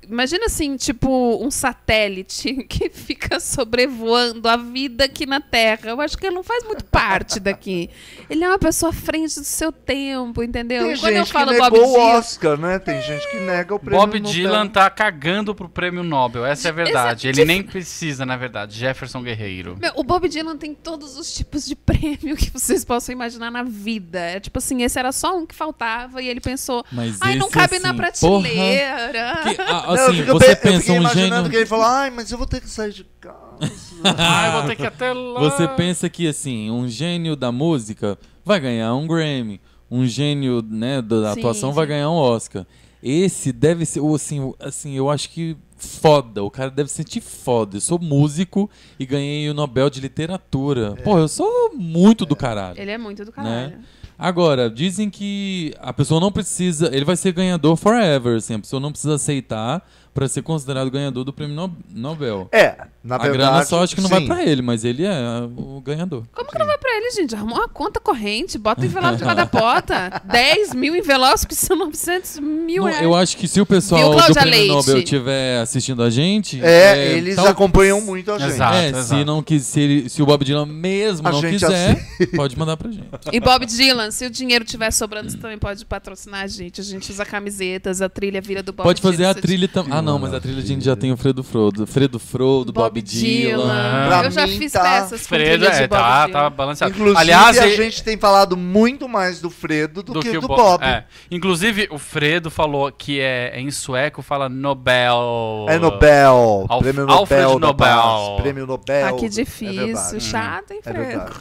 Imagina assim, tipo, um satélite que fica sobrevoando a vida aqui na Terra. Eu acho que ele não faz muito parte daqui. Ele é uma pessoa à frente do seu tempo, entendeu? Tem E quando gente eu falo que Bob negou o Dylan, Oscar, né? Tem gente que nega o prêmio Bob Nobel. Dylan tá cagando pro prêmio Nobel, essa é a verdade. Exa- Ele nem precisa, na verdade. Jefferson Guerreiro. Meu, o Bob Dylan tem todos os tipos de prêmio que vocês possam imaginar na vida. É tipo assim, esse era só um que faltava e ele pensou, Mas ai, não esse, cabe assim, na porra, prateleira. que, ah, Não, eu assim, fico você pe- eu pensa fiquei um imaginando gênio... que ele falou, ai, mas eu vou ter que sair de casa. Ai, vou ter que ir até lá. Você pensa que, assim, um gênio da música vai ganhar um Grammy. Um gênio, né, da Sim, atuação sim. vai ganhar um Oscar. Esse deve ser, o, assim, o- assim, eu acho que foda. O cara deve sentir foda. Eu sou músico e ganhei o Nobel de Literatura. Pô, eu sou muito do caralho. Ele é muito do caralho. Né? Agora, dizem que a pessoa não precisa... Ele vai ser ganhador forever, assim. A pessoa não precisa aceitar pra ser considerado ganhador do prêmio No- Nobel. É, na a verdade. grana só acho que não vai sim. pra ele, mas ele é o ganhador. Como que não vai pra ele, gente? Arrumou uma conta corrente, bota o envelope de cada porta. dez mil envelopes que são novecentos mil Não, reais. eu acho que se o pessoal Viu, do Cláudia prêmio Leite? Nobel estiver assistindo a gente... É, eles tal- acompanham muito a gente. Exato. É, se, exato. não quis, se, ele- se o Bob Dylan mesmo A não gente quiser, pode mandar pra gente. E Bob Dylan, se o dinheiro tiver sobrando, você também pode patrocinar a gente. A gente usa camisetas, a trilha vira do Bob Pode fazer Dylan. a trilha também. Ah, não, mas a trilha a gente já tem o Fredo Frodo. Fredo Frodo, Bob, Dylan. Pra Eu já mim, fiz tá. peças com Fredo, trilha de é, Bob tá, Dylan. tá balanceado. Inclusive, Aliás, a ele- gente tem falado muito mais do Fredo do, que, o do Bo- Bob. É. Inclusive, o Fredo falou que é, em sueco fala Nobel. É Nobel, Alf- prêmio Nobel, Alfred da Nobel. Paz, prêmio Nobel. Ah, que É difícil. verdade. Chato, hein, É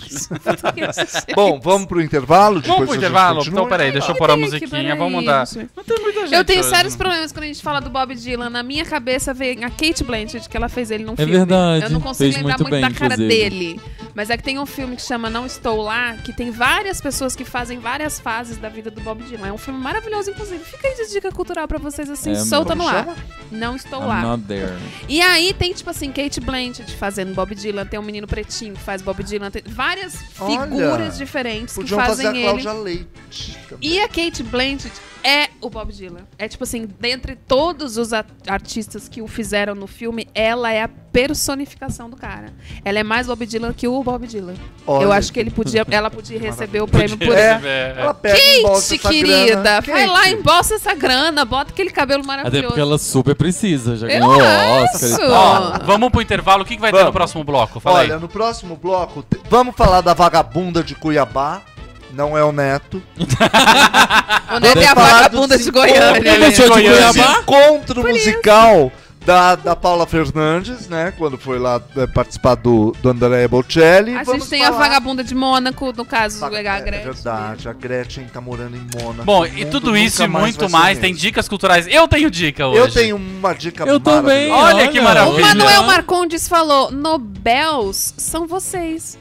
Fredo? Bom, vamos pro intervalo? Vamos Depois pro a gente intervalo? continua? Então, peraí, deixa eu Ai, pôr a que musiquinha, barulho. vamos mudar. Não tem muita gente Eu tenho hoje, sérios né? problemas quando a gente fala do Bob Dylan. Na minha cabeça vem a Kate Blanchett, que ela fez ele num É filme. verdade, Eu não consigo fez lembrar muito muito bem, da cara inclusive. dele. Mas é que tem um filme que chama Não Estou Lá, que tem várias pessoas que fazem várias fases da vida do Bob Dylan. É um filme maravilhoso, inclusive. Fica aí de dica cultural pra vocês, assim, É, solta como no ar. chama? Não Estou I'm Lá. not there. E aí tem, tipo assim, Kate Blanchett fazendo Bob Dylan, tem um menino pretinho que faz Bob Dylan, tem várias Olha, figuras diferentes que Podiam fazer fazem a ele. Cláudia Leite também. E a Kate Blanchett é o Bob Dylan. É tipo assim, dentre todos os a- artistas que o fizeram no filme, ela é a personificação do cara. Ela é mais Bob Dylan que o Bob Dylan. Olha, Eu acho que ele podia, ela podia receber o prêmio por É, isso. ela pega e embolsa Kate, essa querida, grana. vai lá, Kate. embolsa essa grana, bota aquele cabelo Até maravilhoso. porque ela super precisa, já Eu ganhou o Oscar e acho. tal. Ó, vamos pro intervalo. O que, que vai ter no Vamos. próximo bloco? Fala Olha, aí. no próximo bloco, te- vamos falar da vagabunda de Cuiabá. Não é o Neto. Onde é a falar vagabunda dos de Goiânia. Ele né? de Goiânia. Esse encontro musical da, da Paula Fernandes, né? Quando foi lá é, participar do, do Andrea Bocelli. A Vamos gente tem a falar- vagabunda de Mônaco, no caso, Vaga- a É Gretchen. verdade, a Gretchen tá morando em Mônaco. Bom, O e mundo tudo isso e nunca muito vai ser mais. o Tem mesmo. dicas culturais. Eu tenho dica hoje. Eu tenho uma dica Eu também. maravilhosa. Olha que O maravilha. Manuel Marcondes falou: Nobels são vocês.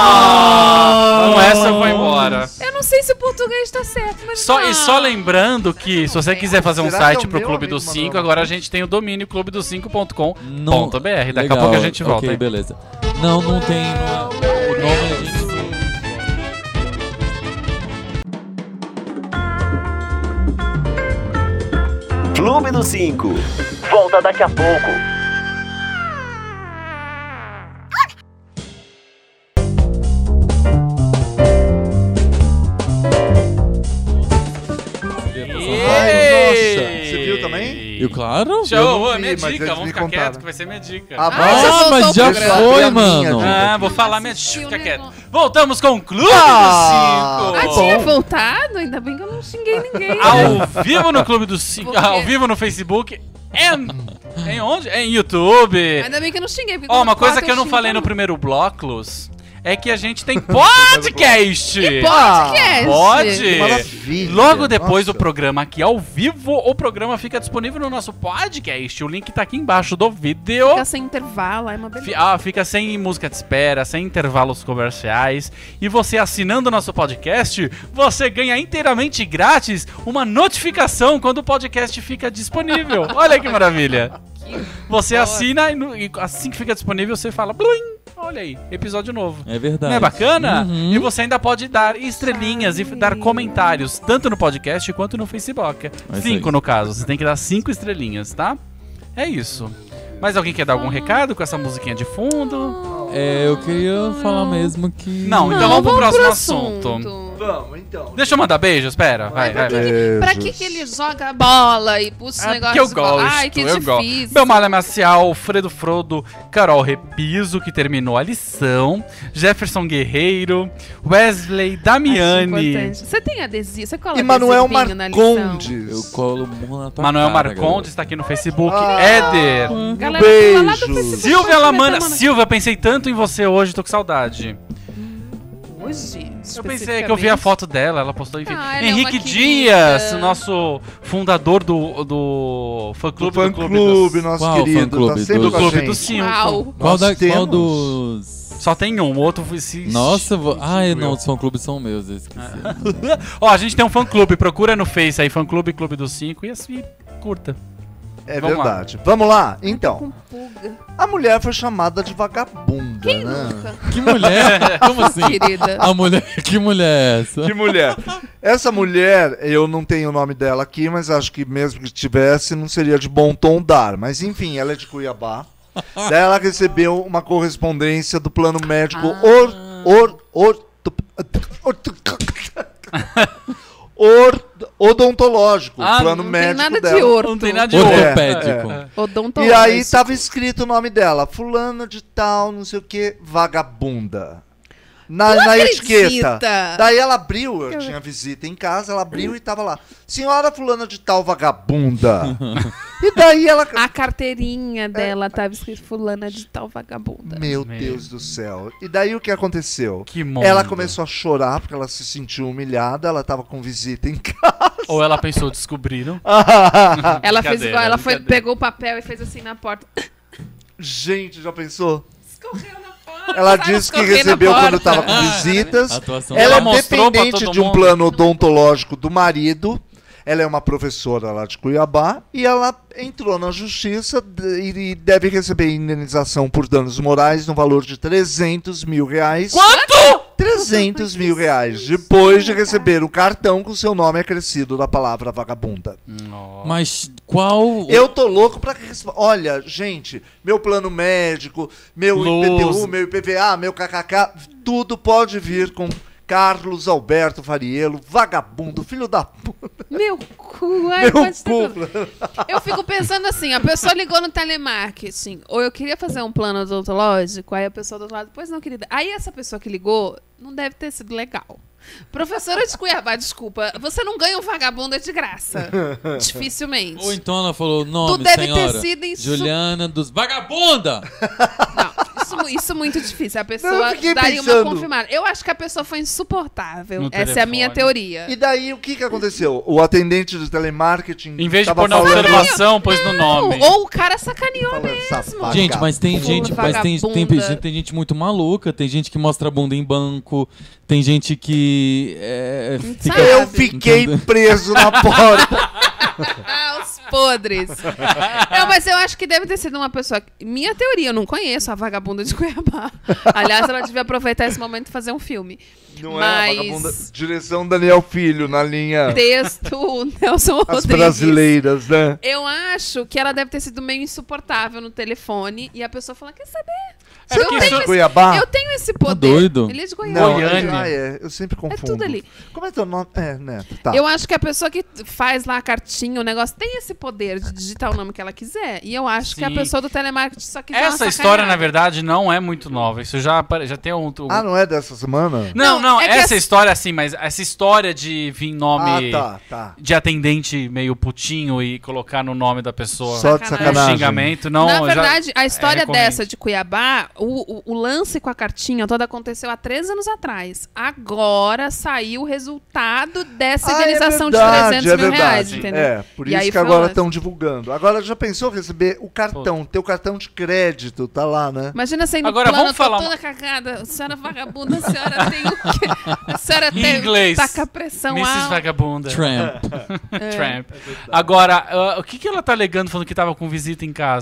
Com essa eu vou embora. Eu não sei se o português tá certo, mas. Só, não. E só lembrando que se você quiser fazer um Será que site é o pro meu Clube amigo do cinco, Manuel? agora a gente tem o domínio clube do cinco ponto com Não- ponto b r. Daqui a Legal, pouco a gente volta. Ok, hein? beleza. Não, não tem. Não, o nome a gente. Clube do cinco. Volta daqui a pouco. Ai, nossa. Você viu também? Eu, claro. Eu Show, não ô, vi, minha mas dica, eles vamos me ficar contaram. quieto que vai ser minha dica. Ah, Ah, bom. já Ah, voltou mas o já programa. foi, A minha mano. dica. Ah, vou falar minha assistiu, dica né? quieto. Voltamos com o Clube Ah, do Ah, cinco. tinha voltado? Ainda bem que eu não xinguei ninguém. Ao vivo no Clube do cinco, Por quê? ao vivo no Facebook. Em, em onde? Em YouTube. Ainda bem que eu não xinguei. porque Ó, no uma coisa quarto que eu não xingo falei todo no mundo. primeiro bloco, Luz, é que a gente tem podcast. Podcast. Pode. Maravilha. Logo depois do Nossa. programa aqui ao vivo, o programa fica disponível no nosso podcast. O link tá aqui embaixo do vídeo. Fica sem intervalo, é uma Fi- beleza. ah, fica sem música de espera, sem intervalos comerciais. E você assinando o nosso podcast, você ganha inteiramente grátis uma notificação quando o podcast fica disponível. Olha que maravilha. Você assina e, no- e assim que fica disponível você fala bluim, olha aí, episódio novo. É verdade. Não é bacana? Uhum. E você ainda pode dar estrelinhas e dar comentários, tanto no podcast quanto no Facebook. É isso Cinco aí. no caso, você tem que dar cinco estrelinhas, tá? É isso. Mas alguém quer dar algum recado com essa musiquinha de fundo? É, eu queria falar mesmo que... Não, então vamos pro próximo assunto. Vamos, então. Deixa eu mandar beijo, espera. Vai, vai, vai. Que- Pra que, que ele joga a bola e puxa os Ah, negócios? porque eu e fala, gosto, Ai, que eu gosto. difícil. Belmara Maciel, Fredo Frodo, Carol Repiso, que terminou a lição, Jefferson Guerreiro, Wesley Acho Damiani, importante. Você tem adesivo? Você cola E Manuel adesivinho na lição? Marcondes. Eu colo murro na tua Manuel cara, Marcondes está aqui no Facebook, Ah. Éder, Galera, Beijos. fala lá do Facebook, Silvia pode Lamana. meter a mão Silvia, pensei tanto em você hoje, tô com saudade. na- Hoje, Eu pensei que eu vi a foto dela, ela postou, enfim. Ah, ela é Henrique uma Dias, querida. nosso fundador do, do fã-clube Do do, Clube fã-clube, dos- nosso Qual querido. fã-clube? Tá sempre Do com a Clube gente. dos Cinco. Uau. Qual, Nós da, qual temos- dos... Só tem um, o outro se... Nossa, vou... ah, não, os fã-clubes são meus, eu esqueci. Ó, a gente tem um fã-clube, procura no Face aí, fã-clube Clube dos Cinco, e assim, curta. É Vamos lá. verdade. Vamos lá? Então, Com pulga. a mulher foi chamada de vagabunda, Quem né? nunca? Que mulher? Como assim? Querida. A mulher... Que mulher é essa? Que mulher. Essa mulher, eu não tenho o nome dela aqui, mas acho que mesmo que tivesse, não seria de bom tom dar. Mas enfim, ela é de Cuiabá. Daí ela recebeu uma correspondência do plano médico or, or, or, or, odontológico. Ah, plano não Não tem médico nada dela. de orto. Não tem nada de É, orto. Ortopédico. é. Odontológico. E aí tava escrito o nome dela, fulana de tal, não sei o que, vagabunda. Na, na etiqueta. Daí ela abriu, eu tinha visita em casa, ela abriu e tava lá, senhora fulana de tal vagabunda. E daí ela... A carteirinha dela tava escrito fulana de tal vagabunda. Meu Meu. Deus do céu. E daí o que aconteceu? Que mundo. Ela começou a chorar porque ela se sentiu humilhada, ela tava com visita em casa. Ou ela pensou, descobriram. Ela fez Brincadeira, igual, ela foi, brincadeira. pegou o papel e fez assim na porta. Gente, já pensou? Escorreu na porta. Ela sabe, disse que escorreu na recebeu porta. quando tava com visitas. A atuação Ela Ela é mostrou pra dependente todo de um mundo. plano odontológico do marido. Ela é uma professora lá de Cuiabá e ela entrou na justiça de- e deve receber indenização por danos morais no valor de trezentos mil reais. Quanto? trezentos mil reais, depois de receber o cartão com seu nome acrescido da palavra vagabunda. Mas qual... Eu tô louco pra que resp- olha, gente, meu plano médico, meu Luz. I P T U, meu I P V A, meu K K K, tudo pode vir com Carlos Alberto Fariello, vagabundo, filho da puta. Meu cu, ai, Meu pode ter cu. tudo. Eu fico pensando assim, a pessoa ligou no telemarketing, ou eu queria fazer um plano odontológico, aí a pessoa do outro lado, pois não, querida. Aí essa pessoa que ligou não deve ter sido legal. Professora de Cuiabá, desculpa, você não ganha um vagabundo de graça. Dificilmente. Ou então ela falou, nome, Tu deve ter senhora, sido insu- Juliana dos Vagabunda! Não, isso, isso é muito difícil. A Não, pessoa eu fiquei daria pensando. uma confirmada. Eu acho que a pessoa foi insuportável. No Essa é a minha telefone. teoria. E daí o que que aconteceu? O atendente de telemarketing Em vez de tava pôr na falando- observação, pôs no nome. Ou o cara sacaneou falando mesmo. essa Gente, mas tem Pô, gente, mas tem, tem, vagabunda. gente- tem gente muito maluca, tem gente que mostra a bunda em banco, tem gente que é, fica... Sabe? Eu fiquei Entendeu? preso na porta. Ah, os podres. Não, mas eu acho que deve ter sido uma pessoa. Minha teoria, eu não conheço a vagabunda de Cuiabá. Aliás, ela devia aproveitar esse momento e fazer um filme. Não Mas- é a vagabunda. Direção Daniel Filho, na linha Texto Nelson As Rodrigues. Brasileiras, né? Eu acho que ela deve ter sido meio insuportável no telefone e a pessoa fala: quer saber? É eu, porque tenho isso- esse, Cuiabá? eu tenho esse poder. doido? Ele é de Goiânia. Não, Goiânia. ah, é. Eu sempre confundo. tudo ali. Como é teu nome? É, Neto, tá. Eu acho que a pessoa que faz lá a cartinha, o negócio, tem esse poder de digitar o nome que ela quiser. E eu acho que a Sim. pessoa do telemarketing só quiser uma Essa história, sacaneada. na verdade, não é muito nova. Isso já, apare- já tem um... um- Ah, não é dessa semana? Não, Não, não, é que essa essa- história, assim, mas essa história de vir nome Ah, tá, tá. de atendente meio putinho e colocar no nome da pessoa Só de Sacanagem. um sacanagem. xingamento, não... Na já- verdade, a história recomendo. dessa de Cuiabá, o, o, o lance com a cartinha toda aconteceu há três anos atrás. Agora saiu o resultado dessa Ah, é indenização verdade, de trezentos é mil verdade. reais, entendeu? É, por E isso aí que foi agora o lance. estão divulgando. Agora já pensou receber o cartão, teu cartão de crédito, tá lá, né? Imagina sendo Agora, plano, vamos falar tô toda cagada. A senhora vagabunda, a senhora tem o quê? A senhora Em tem inglês. taca a pressão missus alta. Vagabunda. Tramp. É. Tramp. Agora, ah, o que, que ela tá alegando falando que tava com visita em casa?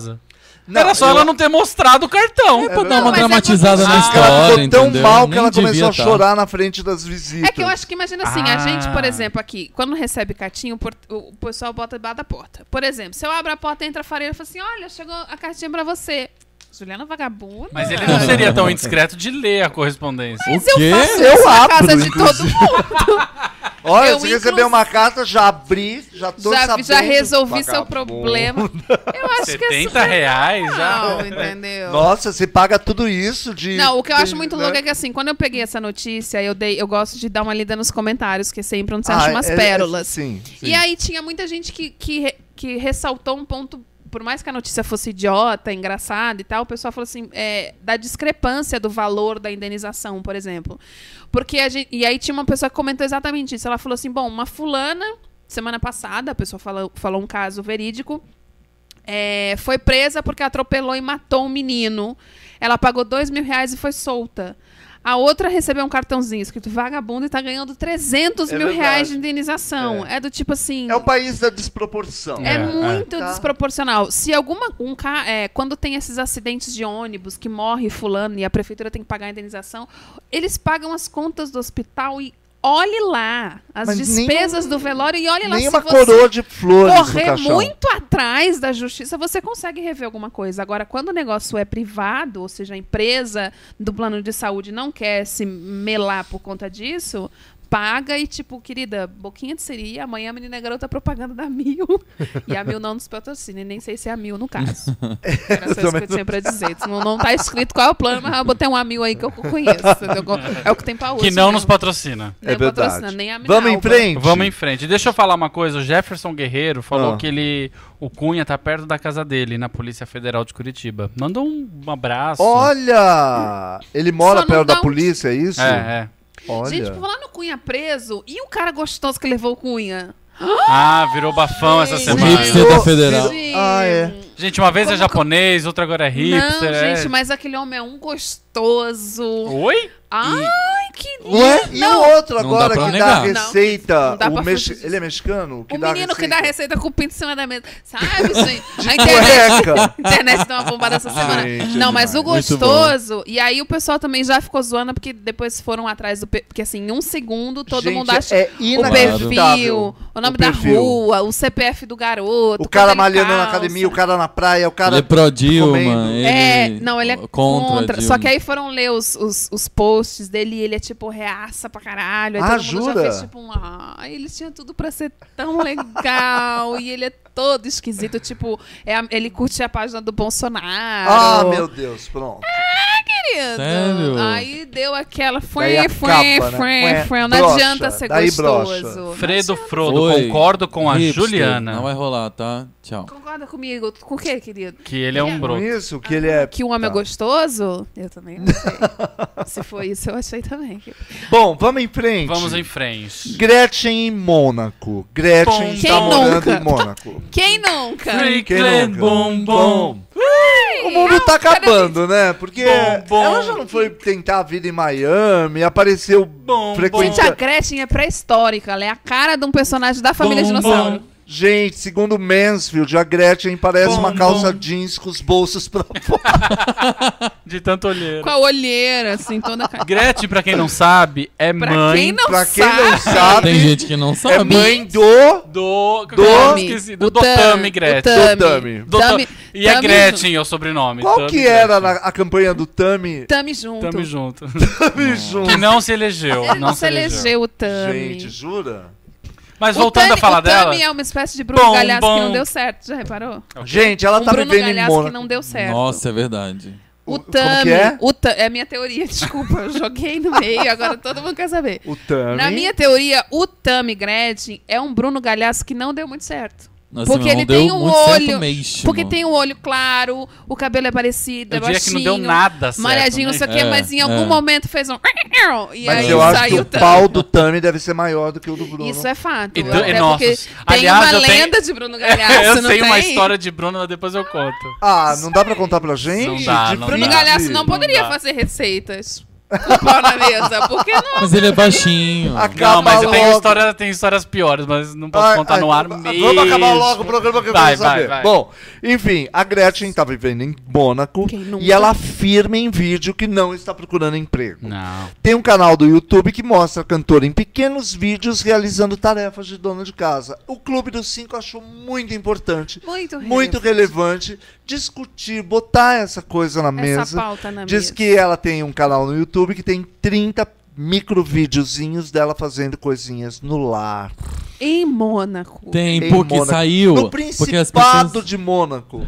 Não, Era só eu- ela não ter mostrado o cartão. É pra dar uma mas é dramatizada quando- na Ah, história, Ela ficou tão entendeu? mal que Nem ela começou devia a tá. chorar na frente das visitas. É que eu acho que, imagina assim, a Ah. gente, por exemplo, aqui, quando recebe cartinha, o, por- o pessoal bota debaixo da porta. Por exemplo, se eu abro a porta, entra a fareira e fala assim, olha, chegou a cartinha pra você. Juliana vagabunda. Mas ele não seria tão indiscreto de ler a correspondência. O Mas eu quê? faço Eu isso na abro, casa de inclusive. todo mundo. Olha, eu você inclu- recebeu uma carta, já abri, já tô Já, sabendo. já resolvi seu Vagabundo. problema. Eu acho que é setenta super reais já. normal, entendeu? Nossa, você paga tudo isso de... Não, o que eu acho de- muito né? louco é que assim, quando eu peguei essa notícia, eu dei, eu gosto de dar uma lida nos comentários, que sempre onde você acha Ah, umas é- é- pérolas. sim, sim. E aí tinha muita gente que, que, re- que ressaltou um ponto, por mais que a notícia fosse idiota, engraçada e tal, o pessoal falou assim, é, da discrepância do valor da indenização, por exemplo. Porque a gente, e aí tinha uma pessoa que comentou exatamente isso. Ela falou assim, bom, uma fulana, semana passada, a pessoa falou, falou um caso verídico, é, foi presa porque atropelou e matou um menino. Ela pagou dois mil reais e foi solta. A outra recebeu um cartãozinho escrito vagabundo e tá ganhando trezentos É mil verdade. reais de indenização. É. do tipo assim... É o país da desproporção. É, É, muito é. Tá. desproporcional. Se alguma. Um, ca- é, quando tem esses acidentes de ônibus que morre fulano e a prefeitura tem que pagar a indenização, eles pagam as contas do hospital e olhe lá as Mas despesas nem- do velório e olhe lá Nem se uma você coroa de flores no correr caixão. muito atrás da justiça, você consegue rever alguma coisa. Agora, quando o negócio é privado, ou seja, a empresa do plano de saúde não quer se melar por conta disso, paga e, tipo, querida, boquinha de siri, amanhã a menina é garota propaganda da Mil. E a Mil não nos patrocina, e nem sei se é a Mil no caso. Era só isso que também eu tinha pra dizer. Não, não tá escrito qual é o plano, mas eu botei um a Mil aí que eu conheço. Entendeu? É o que tem pra hoje. Que não né? nos patrocina. Nem É verdade. patrocina, nem a Vamos em Minalva. frente? Vamos em frente. Deixa eu falar uma coisa. O Jefferson Guerreiro falou Ah. que ele, o Cunha tá perto da casa dele, na Polícia Federal de Curitiba. Manda um, um abraço. Olha! Ele mora Só não perto dá da um- polícia, é isso? É, é. Olha. Gente, por falar no Cunha preso, e o cara gostoso que levou o Cunha? Ah, virou bafão essa Gente. semana. hipster da Federal. Gente, Ah, é. Gente, uma vez é Como- japonês, outra agora é hipster. Não, é. gente, mas aquele homem é um gostoso. Oi? Ai, que lindo. Ué, e Não, o outro Não agora dá pra que negar. dá receita? Não dá o pra mex- fugir. Ele é mexicano? Que o dá menino que dá receita com o pinto em cima da mesa. Sabe, gente? A internet, Cueca. a internet deu uma bombada essa semana. Gente, não, é mas o demais. Muito gostoso. E aí o pessoal também já ficou zoando, porque depois foram atrás do. pe- Porque assim, em um segundo todo Gente, mundo acha é o inacreditável. perfil, o nome O da perfil. rua, o C P F do garoto. O cara quanto ele malhando na calça. academia, o cara na praia, o cara... Ele é pró-Dilma. comendo. Ele É, não, ele é contra. contra. Só Dilma. que aí foram ler os, os, os posts dele e ele é tipo reaça pra caralho. Aí Ah, todo mundo jura? já fez tipo um. Ai, eles tinham tudo pra ser tão legal. E ele é todo esquisito. Tipo, é a- ele curte a página do Bolsonaro. Ah, meu Deus, pronto. querido. Sério? Aí deu aquela. Daí Fué, acaba, fué, né? fué, fué. Não Brocha, adianta ser daí gostoso. brocha. Fredo Frodo, Oi, concordo com a hipster. Juliana. Não vai rolar, tá? Tchau. Concorda comigo? Com o quê, querido? Que ele é um Com broto. isso, que ele é... Que o homem é Tá. gostoso? Eu também achei. Se foi isso, eu achei também. Bom, vamos em frente. Vamos em frente. Gretchen em Mônaco. Gretchen Bom, tá quem morando nunca? em Mônaco. Quem nunca? Freakland nunca? Bom Bom. O mundo tá acabando, né? Porque Bom, bom. ela já não foi tentar a vida em Miami, apareceu Bom, frequentando... Gente, a Gretchen é pré-histórica. Ela é a cara de um personagem da família Bom, Dinossauro. bom. Gente, segundo Mansfield, a Gretchen parece Bom, uma calça bom. jeans com os bolsos pra fora. De tanto olheiro. Com a olheira, assim, toda cara. Gretchen, pra quem não sabe, é Pra mãe quem não Pra quem sabe. não sabe, Tem gente que não é sabe. mãe do... do... Do- Eu esqueci, do, O do Tami, Tami o Gretchen. Do Tami. Do Tami- Ta- E é Tami Gretchen é o sobrenome. Qual Tami que era Gretchen. na- a campanha do Tami? Tami junto. Tamo junto. Tami junto. Que não se elegeu. Ele não, não se elegeu, o Tami. Gente, jura? Mas O voltando Tami- a falar o dela. Tami é uma espécie de Bruno Bom, Galhaço bom. que não deu certo. Já reparou? Gente, ela um tá Bruno vivendo em Galhaço que Mônaco. não deu certo. Nossa, é verdade. O Como Tami, que é? o Ta- é a minha teoria, desculpa, eu joguei no meio, agora todo mundo quer saber. O Tami. Na minha teoria, o Tami Gretchen é um Bruno Galhaço que não deu muito certo. Nossa, Porque não ele deu tem um muito certo olho- mesmo. Porque tem o olho claro, o cabelo é parecido, é Eu diria que não deu baixinho, nada certo. malhadinho, não né? sei o quê, É, mas em algum é. momento fez um... E Mas aí eu acho que saiu o Tami. pau do Tami deve ser maior do que o do Bruno. Isso é fato. E do- até e nossa, porque tem aliás, uma eu tenho- lenda de Bruno Galhaço, Eu não sei uma tem? história de Bruno, depois eu conto. Ah, não dá pra contar pra gente? Não dá, De não Bruno dá. verdade. Galhaço não poderia dá. fazer receitas. com o pau na mesa. Porque não. Mas ele é baixinho. Acaba Não, mas logo. tem, história, tem histórias piores, mas não posso Ai, contar ai, no ar vamos- mesmo. Vamos acabar logo o programa que eu Vai, quero saber. vai, vai. Bom, enfim, a Gretchen tá vivendo em Mônaco Quem nunca? e ela afirma em vídeo que não está procurando emprego. Não. Tem um canal do YouTube que mostra a cantora em pequenos vídeos realizando tarefas de dona de casa. O Clube dos Cinco achou muito importante, Muito muito relevante discutir, botar essa coisa na Essa mesa. pauta na Diz mesa. que ela tem um canal no YouTube que tem trinta microvídeozinhos dela fazendo coisinhas no lar. Em Mônaco. Tem, Em porque Mônaco. saiu. No Porque as Principado pessoas de Mônaco.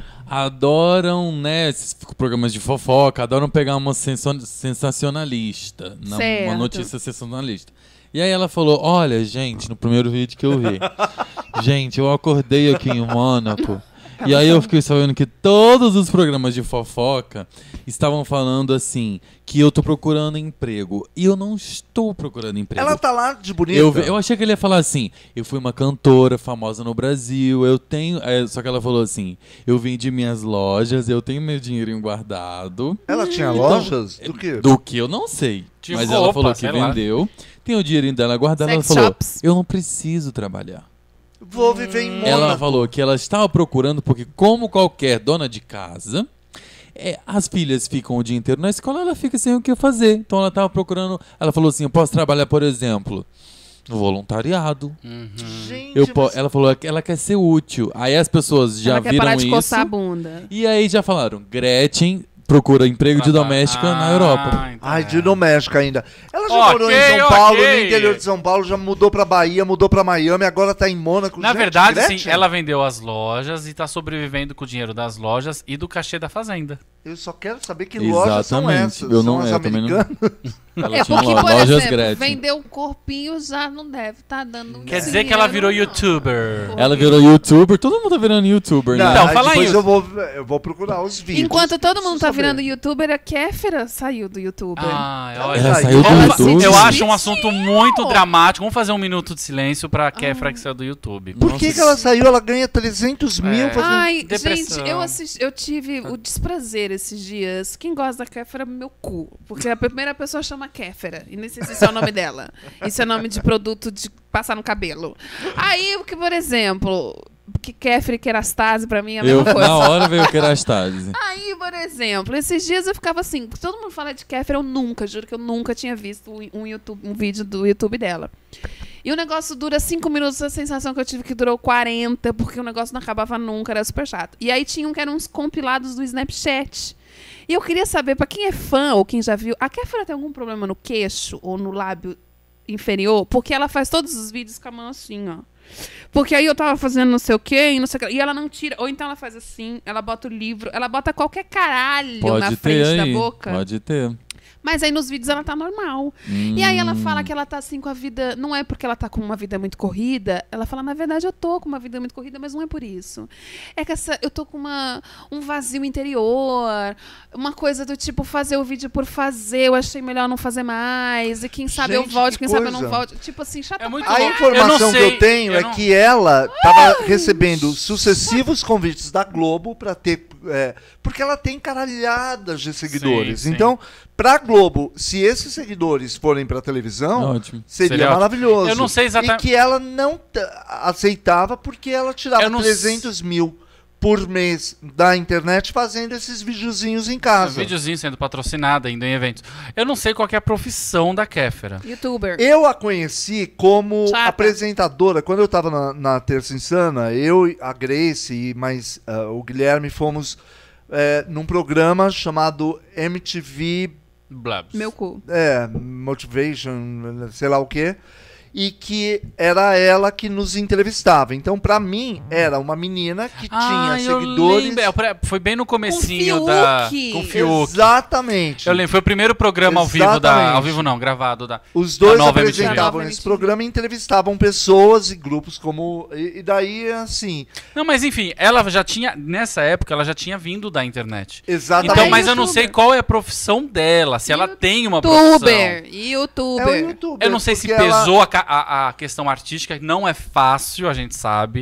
adoram, né, esses programas de fofoca, adoram pegar uma sensa- sensacionalista, na- uma Certo. notícia sensacionalista. E aí ela falou, olha, gente, no primeiro vídeo que eu vi, gente, eu acordei aqui em Mônaco, e aí eu fiquei sabendo que todos os programas de fofoca estavam falando assim, que eu tô procurando emprego, e eu não estou procurando emprego. Ela tá lá de bonita. Eu, vi- eu achei que ele ia falar assim, eu fui uma cantora famosa no Brasil, eu tenho... é, só que ela falou assim, eu vendi minhas lojas, eu tenho meu dinheirinho guardado. Ela tinha lojas? Do quê? Do que eu não sei. De mas roupa, ela falou que sei lá. vendeu, tem o dinheirinho dela guardado, ela Sex falou, shops. eu não preciso trabalhar. Vou viver em Mônaco. Ela falou que ela estava procurando, porque como qualquer dona de casa, é, as filhas ficam o dia inteiro na escola, ela fica sem o que fazer. Então ela estava procurando, ela falou assim, eu posso trabalhar, por exemplo, no voluntariado. Gente, Eu po- mas- Ela falou que ela quer ser útil. Aí as pessoas já Ela quer viram parar de isso. coçar a bunda. E aí já falaram, Gretchen procura emprego de doméstica na Europa. Ah, então Ai, é. de México ainda. Ela já Ok, morou em São Paulo, ok. no interior de São Paulo, já mudou pra Bahia, mudou pra Miami, agora tá em Mônaco. Na Gente, verdade, Gretchen, sim, ela vendeu as lojas e tá sobrevivendo com o dinheiro das lojas e do cachê da fazenda. Eu só quero saber que lojas são Exatamente. essas. Eu são não- as eu também não- americanas? Ela É tinha porque, lo- por lojas exemplo, Gretchen. vender um corpinho já não deve estar dando um Quer dizer que ela virou dinheiro, não. youtuber. Ela virou youtuber, todo mundo tá virando youtuber, Não, né? Então, aí fala depois isso. eu vou, eu vou procurar os vídeos. Enquanto todo mundo Preciso tá saber. virando youtuber, a Kéfera saiu do youtuber. Ah, Ela olha. Ela saiu saiu do Vamos- YouTube. Eu Sim. acho um assunto muito dramático. Vamos fazer um minuto de silêncio pra Kefra que saiu do YouTube. Por que, que ela saiu? Ela ganha trezentos mil É. fazendo... Ai, Depressão. gente, eu, assisti, eu tive o desprazer esses dias. Quem gosta da Kéfera é meu cu. Porque a primeira pessoa chama Kéfera. E nem sei se esse é o nome dela. Isso é nome de produto de passar no cabelo. Aí, o que, por exemplo, que Kéfera e Kerastase pra mim é a Eu, mesma coisa. na hora veio o Kerastase. Aí, por exemplo, esses dias eu ficava assim, todo mundo fala de Kéfera, eu nunca, juro que eu nunca tinha visto um, YouTube, um vídeo do YouTube dela. E o negócio dura cinco minutos, a sensação que eu tive que durou quarenta, porque o negócio não acabava nunca, era super chato. E aí tinham que eram uns compilados do Snapchat. E eu queria saber, pra quem é fã ou quem já viu, a Kéfera tem algum problema no queixo ou no lábio inferior? Porque ela faz todos os vídeos com a mão assim, ó. Porque aí eu tava fazendo não sei o quê, e não sei o quê, e ela não tira. Ou então ela faz assim, ela bota o livro, ela bota qualquer caralho na Pode ter frente da aí. boca. Pode ter. Mas aí nos vídeos ela tá normal. Hum. E aí ela fala que ela tá assim com a vida. Não é porque ela tá com uma vida muito corrida. Ela fala, na verdade, eu tô com uma vida muito corrida, mas não é por isso. É que essa, eu tô com uma, um vazio interior. Uma coisa do tipo, fazer o vídeo por fazer. Eu achei melhor não fazer mais. E quem sabe eu Gente, volte, que quem sabe eu coisa. não volte. Tipo assim, chata É muito pra A louco. caralho. Eu não informação que sei, eu tenho eu é não- que ela estava recebendo sucessivos convites da Globo para ter. é, porque ela tem caralhadas de seguidores. Sim, sim. Então, pra Globo, se esses seguidores forem pra televisão, Ótimo. seria, Seria ótimo. maravilhoso. Eu não sei exata- E que ela não t- aceitava porque ela tirava Eu não trezentos mil por mês da internet fazendo esses videozinhos em casa. Um videozinho sendo patrocinada, indo em eventos. Eu não sei qual que é a profissão da Kéfera. Youtuber. Eu a conheci como Chata. apresentadora. Quando eu tava na, na Terça Insana, eu, a Grace e mais ah, o Guilherme fomos é, num programa chamado M T V Blabs. Meu cu. é, Motivation, sei lá o quê. E que era ela que nos entrevistava. Então, pra mim, era uma menina que Ah, tinha eu seguidores. lembro. É, pre- Foi bem no comecinho Com da... Fiuk. Com o Fiuk. Exatamente. Eu lembro, foi o primeiro programa ao vivo da... Exatamente. Ao vivo não, gravado da... Os dois da nova M T V. apresentavam Da nova esse M T V. programa e entrevistavam pessoas e grupos como... E, e daí, assim... Não, mas enfim, ela já tinha... Nessa época, ela já tinha vindo da internet. Exatamente. Então, Ah, mas eu não sei youtuber. qual é a profissão dela, se ela tem uma profissão. Youtuber. É o Youtuber. youtuber. Eu não sei se porque ela- pesou a, ca- a, a questão artística, não é fácil, a gente sabe.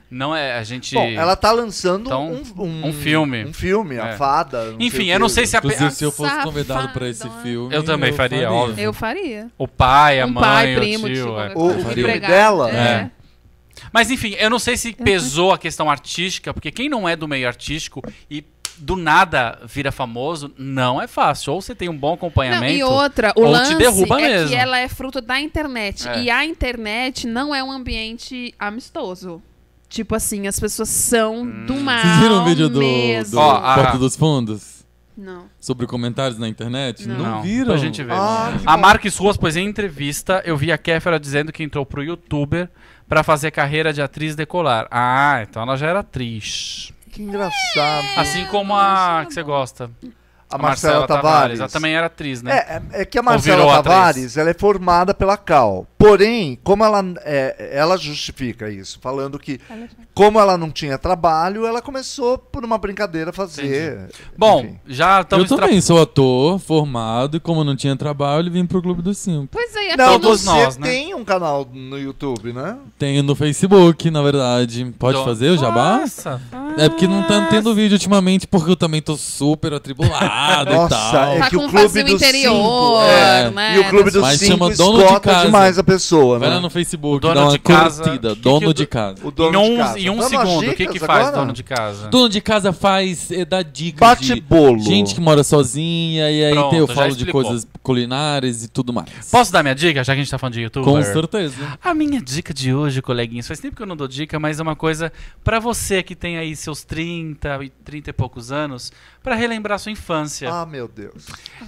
Não é, a gente... Bom, ela tá lançando Então, um, um, um filme. Um filme, a É. fada. não Enfim, sei o eu não quê. sei se a... Inclusive, a- se eu fosse convidado pra esse Safadona. filme... Eu também faria, óbvio. Eu faria. O pai, a um mãe, pai, o primo, tio... tio, é. O, o empregado. filme dela? É. Mas enfim, eu não sei se pesou a questão artística, porque quem não é do meio artístico e do nada vira famoso, não é fácil. Ou você tem um bom Não, acompanhamento... e outra, o ou te lance derruba é mesmo. que ela é fruto da internet. É. E a internet não é um ambiente amistoso. Tipo assim, as pessoas são Hum. do mal Vocês viram o vídeo do, mesmo. do Ó, a- Porta dos Fundos? Não. Sobre comentários na internet? Não. Não, viram? Pra gente ver. Ah, que A bom. Marques Ruas, pois em entrevista, eu vi a Kéfera dizendo que entrou pro YouTuber pra fazer carreira de atriz decolar. Ah, então ela já era atriz. Que engraçado. Assim como a que você gosta. A Marcela Tavares. Ela também era atriz, né? É, é, é que a virou Marcela atriz. Tavares, ela é formada pela Cal. Porém, como ela, é, ela justifica isso, falando que como ela não tinha trabalho, ela começou por uma brincadeira a fazer. Bom, Enfim. já Eu estamos... também sou ator, formado, e como eu não tinha trabalho, vim pro Clube dos Cinco. Pois é, aqui Não, no- todos você nós, né? tem um canal no YouTube, né? Tenho no Facebook, na verdade. Pode Do- fazer o jabá? Nossa. É porque não tá tendo vídeo ultimamente, porque eu também tô super atribulado e Nossa, tal. é Tá que com o Clube vazio dos interior, Cinco, é, né? E o Clube dos Mas Cinco chama Dono de esgota Casa. demais a pessoa, Vai né? lá no Facebook, O dono dá uma de casa- curtida. que que Dono o de do- casa. O dono Em de um, casa. em um Vamos às segundo, o que dicas que faz agora? dono de casa? Dono de casa faz, é, dá dicas Bate de bolo. gente que mora sozinha, e aí Pronto, tem- eu já falo de explicou. coisas culinárias e tudo mais. Posso dar minha dica, já que a gente tá falando de YouTube? Com certeza. A minha dica de hoje, coleguinhas, faz tempo que eu não dou dica, mas é uma coisa pra você que tem aí seus trinta e trinta e poucos anos, pra relembrar sua infância. Ah, meu Deus.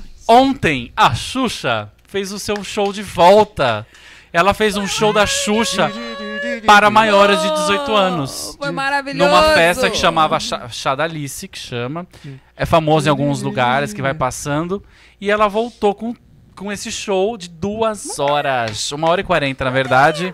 Ontem, a Xuxa fez o seu show de volta. Ela fez um show da Xuxa para maiores de dezoito anos. Foi maravilhoso. Numa festa que chamava Chá Chá da Alice, que chama. É famoso em alguns lugares, que vai passando. E ela voltou com, com esse show de duas horas. Uma hora e quarenta, na verdade.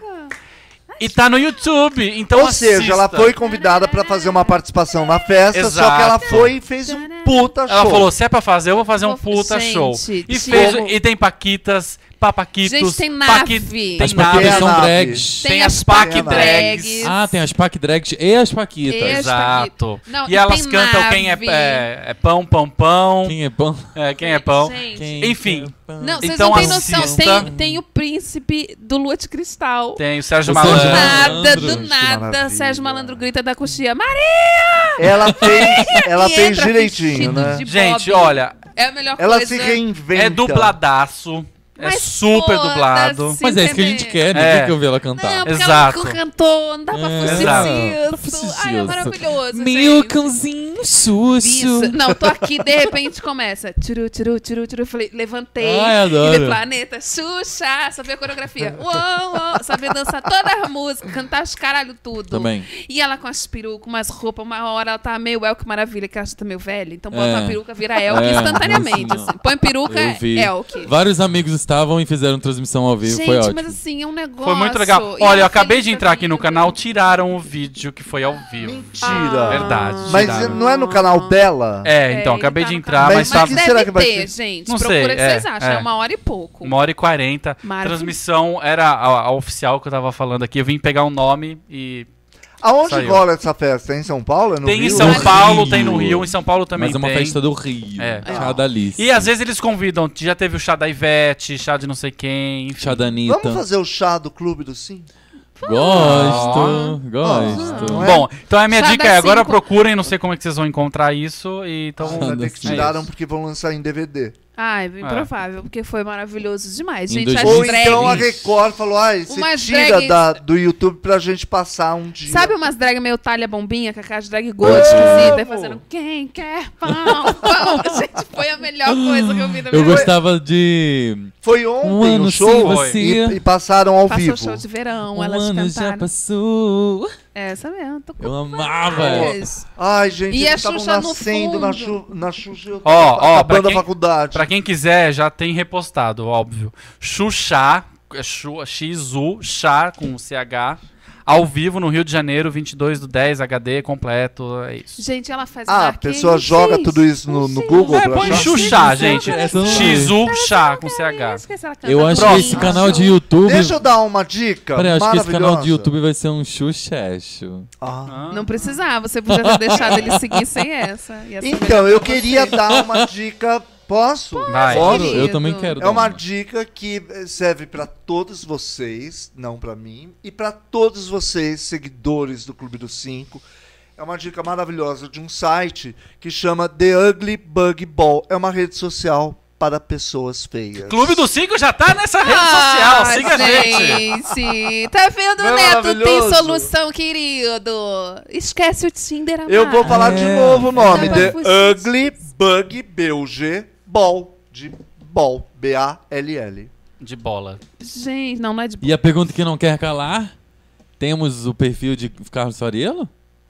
E tá no YouTube, então Ou seja, ela assista. foi convidada pra fazer uma participação na festa, só Exato. que ela foi e fez um puta show. Ela falou, se é pra fazer, eu vou fazer um Vou- puta Gente, show. E, tinha- fez, e tem paquitas, papaquitos... Gente, tem paqui- nave. Tem As Tem a paquitas são nave. drags. Tem, Tem as as pac pac drags. drags. Ah, tem as pac drags e as paquitas. E as Exato. Não, e e elas tem cantam quem é, nave. é, é pão, pão, pão. Quem é pão? É, quem é pão. Gente. Quem Enfim. é pão? Não, vocês Então não têm noção. assista. Tem, tem o príncipe do Lua de Cristal. Tem o Sérgio O Sérgio Malandro. Malandro. Nada, do Gente, que nada, maravilha. Sérgio Malandro grita da coxinha. Maria! Ela fez, ela E fez entra direitinho, vestido né? de Gente, Bob. olha, É a melhor Ela coisa. se reinventa. é dubladaço. É Mas super foda-se. dublado. Mas é isso que a gente quer, ninguém É. quer ouvir ela cantar. Não, porque Exato. ela cantou, não dá pra É. fugir Exato. disso. Ai, é maravilhoso, Meu gente. cãozinho sujo. Isso. Não, tô aqui, de repente começa. Turu, turu, turu, turu. Eu falei, levantei. Ai, adoro. E de planeta, Xuxa, sabia a coreografia. Uou, uou, sabia dançar toda a música, cantar os caralho tudo. Também. E ela com as perucas, umas roupas, uma hora ela tá meio Elke Maravilha, que ela já tá meio velha. Então bota É. uma peruca, vira Elke É, instantaneamente. assim, Assim. Põe peruca, Eu vi. Elke. Vários amigos estavam e fizeram transmissão ao vivo, Gente, foi ótimo. mas assim, é um negócio. Foi muito legal. E Olha, eu ela acabei feliz de da entrar aqui no vida. canal, tiraram o vídeo que foi ao vivo. Mentira. Verdade. Mas tiraram. não é no canal dela? É, então, É, acabei ele tá de no entrar, canal. mas Mas tava que deve será que vai ter, ser? gente. Não Procura sei, o que é, vocês acham. É. é. uma hora e pouco. uma hora e quarenta. Maravilhoso. Transmissão era a, a oficial que eu tava falando aqui. Eu vim pegar o nome e... Aonde Saiu. rola essa festa? É em São Paulo? É no Tem em Rio? São No Paulo, Rio. tem no Rio, em São Paulo também Mas é uma tem. festa do Rio. É. Chá da Alice. E às vezes eles convidam, já teve o chá da Ivete, chá de não sei quem, enfim. Chá da Anitta. Vamos fazer o chá do Clube do Sim? Gosto, gosto. Não é? Bom, então a minha Chá dica da é, agora cinco. procurem, não sei como é que vocês vão encontrar isso, e então... Vai ter que Sim. tiraram É isso. porque vão lançar em D V D. Ai, bem provável, porque foi maravilhoso demais. Em Gente, dois as mil Ou e drags... então a Record falou, ai, você Umas tira drags- da, do YouTube pra gente passar um dia. Sabe umas drag meio talha bombinha, com aquelas drag gold esquisita, e fazendo quem quer pão, pão. Gente, foi a melhor coisa que eu vi na minha Eu vida. gostava de... Foi Um ontem ano o sem show você. e, e passaram ao Passou vivo. o show de verão, Um elas ano já cantaram. passou. Essa mesmo, tô com Eu amava. várias. Ai, gente, E a eles estavam Xuxa no nascendo na, fundo. Xu, na Xuxa. Eu Ó, ó, acabando pra quem- a faculdade. Pra quem quiser, já tem repostado, óbvio. Xuxa, é Xu- X-U, chá com C H, ao vivo no Rio de Janeiro, vinte e dois do dez, H D completo, é isso. Gente, ela faz Ah, a marketing. pessoa joga tudo isso no, no Google É, pra põe achar? Xuxa, gente. Essa eu não X U chá com C H. Eu acho que Próximo. esse canal de YouTube... Deixa eu dar uma dica Peraí, acho que esse canal de maravilhosa. YouTube vai ser um xuxecho. Ah. Não precisava, você podia ter deixado ele seguir sem essa. Ia ser Então, melhor eu pra queria você. dar uma dica. Posso? Vai. Claro, querido. eu também quero. É dar uma dica que serve pra todos vocês, não pra mim, e pra todos vocês, seguidores do Clube dos Cinco. É uma dica maravilhosa de um site que chama The Ugly Bug Ball. É uma rede social para pessoas feias. Clube do Cinco já tá nessa rede Ah, social, siga a gente. gente. Tá vendo, Não é Neto? Tem maravilhoso? solução, querido. Esquece o Tinder, amado. Eu vou falar de É. novo o nome. Não, The vai fugir. Ugly Bug B U G Ball. De ball. B A L L. De bola. Gente, não, não é de... E a pergunta que não quer calar? Temos o perfil de Carlos Fariello?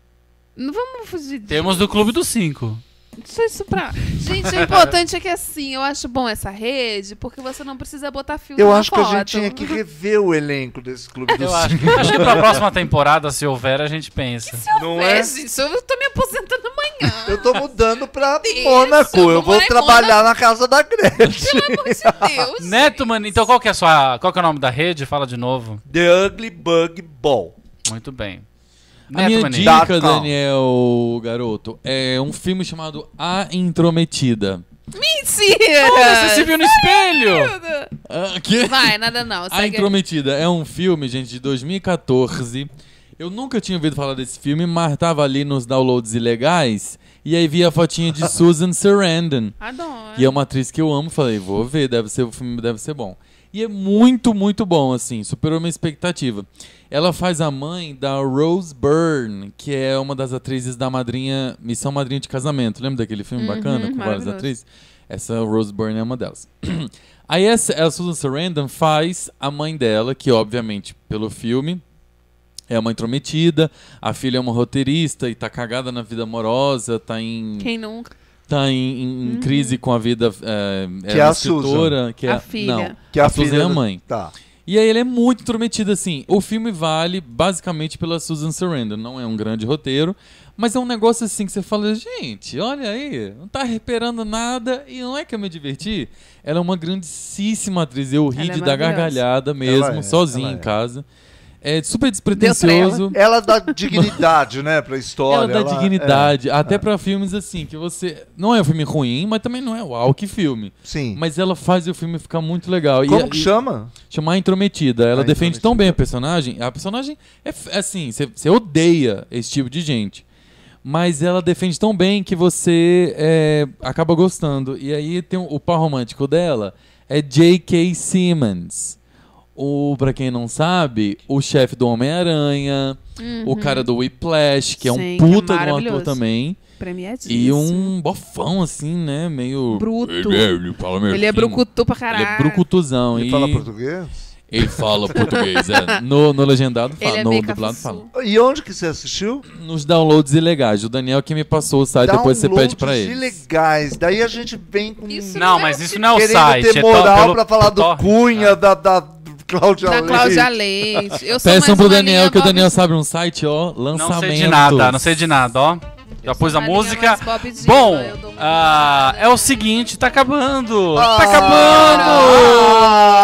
Não vamos fugir de... Temos do Clube do Cinco. Deixa isso pra... Gente, o importante é que assim, eu acho bom essa rede, porque você não precisa botar filtro Eu na acho que a foto. gente tinha que rever o elenco desse Clube dos Eu acho, Cinco. acho que pra próxima temporada, se houver, a gente pensa. Não É, é? gente, eu tô me aposentando amanhã. Eu tô mudando pra Isso, Mônaco. Eu vou morar em trabalhar na casa da Gretchen. Pelo amor de Deus. Neto, mano, então qual que é a sua. Qual que é o nome da rede? Fala de novo. The Ugly Bug Ball. Muito bem. A minha Mani. dica, Dot com. Daniel Garoto, é um filme chamado A Intrometida. Mentira! Você se viu no espelho! Ah, que? Vai, nada não. A Segue... Intrometida é um filme, gente, de dois mil e quatorze. Eu nunca tinha ouvido falar desse filme, mas tava ali nos downloads ilegais. E aí vi a fotinha de Susan Sarandon. Adoro. E é uma atriz que eu amo. Falei, vou ver, deve ser, o filme deve ser bom. E é muito, muito bom, assim. Superou minha expectativa. Ela faz a mãe da Rose Byrne, que é uma das atrizes da Madrinha, Missão Madrinha de Casamento. Lembra daquele filme Uhum, bacana com várias maravilhoso. atrizes? Essa Rose Byrne é uma delas. Aí essa, a Susan Sarandon faz a mãe dela, que obviamente, pelo filme, é uma intrometida. A filha é uma roteirista e tá cagada na vida amorosa, tá em... Quem nunca? Tá em, em- em crise com a vida. É, Que é uma a escritora, que é A filha. Não, Que é a, a Susan filha é a do- mãe. Tá. E aí ele é muito intrometido, assim. O filme vale basicamente pela Susan Sarandon. Não é um grande roteiro, mas é um negócio assim que você fala, gente, olha aí, não tá reparando nada e não é que eu me diverti. Ela é uma grandíssima atriz. Eu ri Ela é de dar maravilhosa. gargalhada mesmo, Ela é, sozinho ela em é. casa. É super despretensioso. Ela dá dignidade, né, pra história. Ela dá é. dignidade, até pra filmes assim, que você... Não é um filme ruim, mas também não é uau, que filme. Sim. Mas ela faz o filme ficar muito legal. Como e, que e- chama? Chama a Intrometida. Ela A defende Intrometida. tão bem a personagem. A personagem é f- é assim, você você odeia esse tipo de gente. Mas ela defende tão bem que você é, acaba gostando. E aí tem o, o par romântico dela é J K. Simmons. O, pra quem não sabe, o chefe do Homem-Aranha, o cara do Whiplash, que é um Uhum. Sim, que é puta de um ator maravilhoso. também. Premiadíssimo. E um bofão, assim, né? Meio. Bruto. Ele, é- ele fala meio Ele é assim. brucutu pra Ele caralho. é brucutuzão. Ele e... fala português? Ele fala português, é. No, no legendado fala, Ele é no meio dublado cafuçu. fala. E onde que você assistiu? Nos downloads ilegais. O Daniel que me passou o site, depois você pede pra ele. Ilegais. Daí a gente vem com Isso Não, é mas o isso não é o querendo site. ter é moral to- pelo- pra falar do torrent. Cunha, da, da Cláudia Da Leite. Cláudia Leite. Eu sou Peçam mais pro uma Daniel linha que o Daniel Bob- sabe um site, ó, lançamento. Não sei de nada, não sei de nada, ó. Já Eu pus sou a uma linha música. mais Bob Dylan, Bom, eu dou uma ah, risada. é o seguinte, tá acabando. Ah. Tá acabando.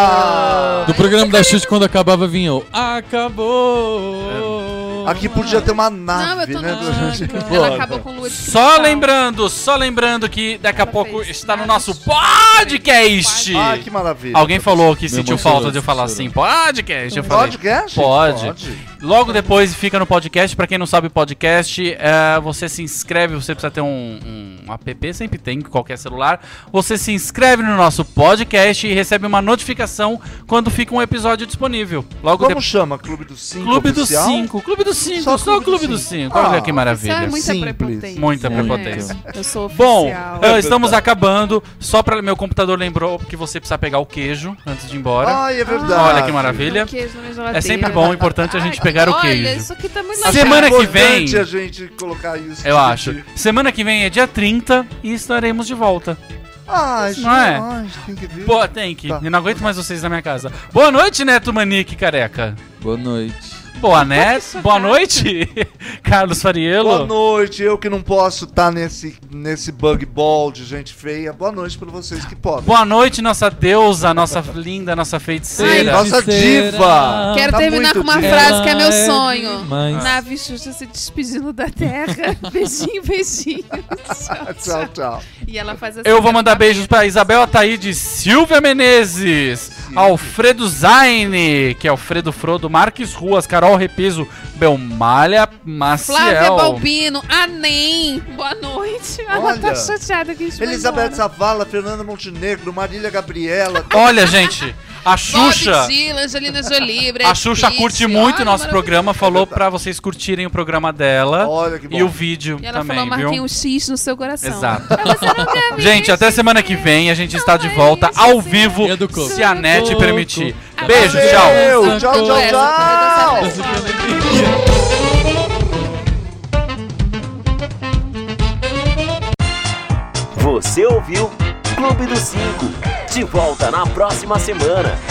Ah! Do programa da Xuxa, quando acabava, vinha o Acabou. Aqui podia ter uma Não, eu nave, tô né? no pra gente ir Ela embora. acabou com lua de Só cristal. lembrando, só lembrando que daqui a Ela pouco fez está no vários nosso podcast. Ah, que maravilha. Alguém falou que Me sentiu emocionou, falta de eu falar assim, emocionou. podcast. Eu falei, Podcast? Pode. Logo depois fica no podcast. Pra quem não sabe, podcast, é, você se inscreve. Você precisa ter um, um app, sempre tem em qualquer celular. Você se inscreve no nosso podcast e recebe uma notificação quando fica um episódio disponível. Logo Como depois. chama? Clube dos Cinco Clube dos oficial? Cinco. Clube dos Cinco. Só Só, o Clube Clube dos dos Cinco. Cinco. Olha Ah, que Isso maravilha. é muita Simples. prepotência. Muita né? prepotência. Eu sou Bom, oficial. eh, estamos acabando. Só para meu computador lembrou que você precisa pegar o queijo antes de ir embora. Ai, é verdade. Olha que maravilha. Tem um queijo na minha geladeira. É sempre bom, importante a gente Ai, pegar o olha, queijo. isso aqui tá muito Acho Semana que importante vem- a gente colocar isso. Eu acho. dividir. Semana que vem é dia trinta e estaremos de volta. Ai, gente, Não é? ai, tem que ver. Pô, tem que. Tá. Eu não aguento mais vocês na minha casa. Boa noite, Neto Manique Careca. Boa noite. Boa, né? Boa noite, Carlos Fariello. Boa noite, eu que não posso estar nesse, nesse bug ball de gente feia. Boa noite pra vocês que podem. Boa noite, nossa deusa, nossa linda, nossa feiticeira. Ai, nossa diva. Quero Tá terminar muito com uma diva. frase que é meu Ela é sonho. demais. Nave Xuxa se despedindo da Terra. Beijinho, beijinho. Tchau, tchau. E ela faz assim. Eu vou mandar beijos pra Isabel Ataíde, Silvia Menezes, Alfredo Zaine, que é Alfredo Frodo, Marques Ruas, Carol Repiso, Belmalha, Maciel. Flávia Balbino, Anem. Boa noite. Ela Olha, tá chateada que a gente vai Elizabeth embora. Zavala, Fernanda Montenegro, Marília Gabriela. Olha, gente, a Xuxa... Bob Dylan, Angelina Jolie, Brad A Xuxa Pitt. curte muito Ai, o nosso maravilhoso. programa, falou pra vocês curtirem o programa dela. Olha que bom. E o vídeo E ela também, falou, marquei viu? um X no seu coração. Exato. Mas você não quer me Gente, até semana que vem a gente está de volta ao vivo, Dia do coco. se a net Coco. permitir. Beijo, Valeu, tchau. Tchau, tchau, tchau. Você ouviu Clube dos Cinco. De volta na próxima semana.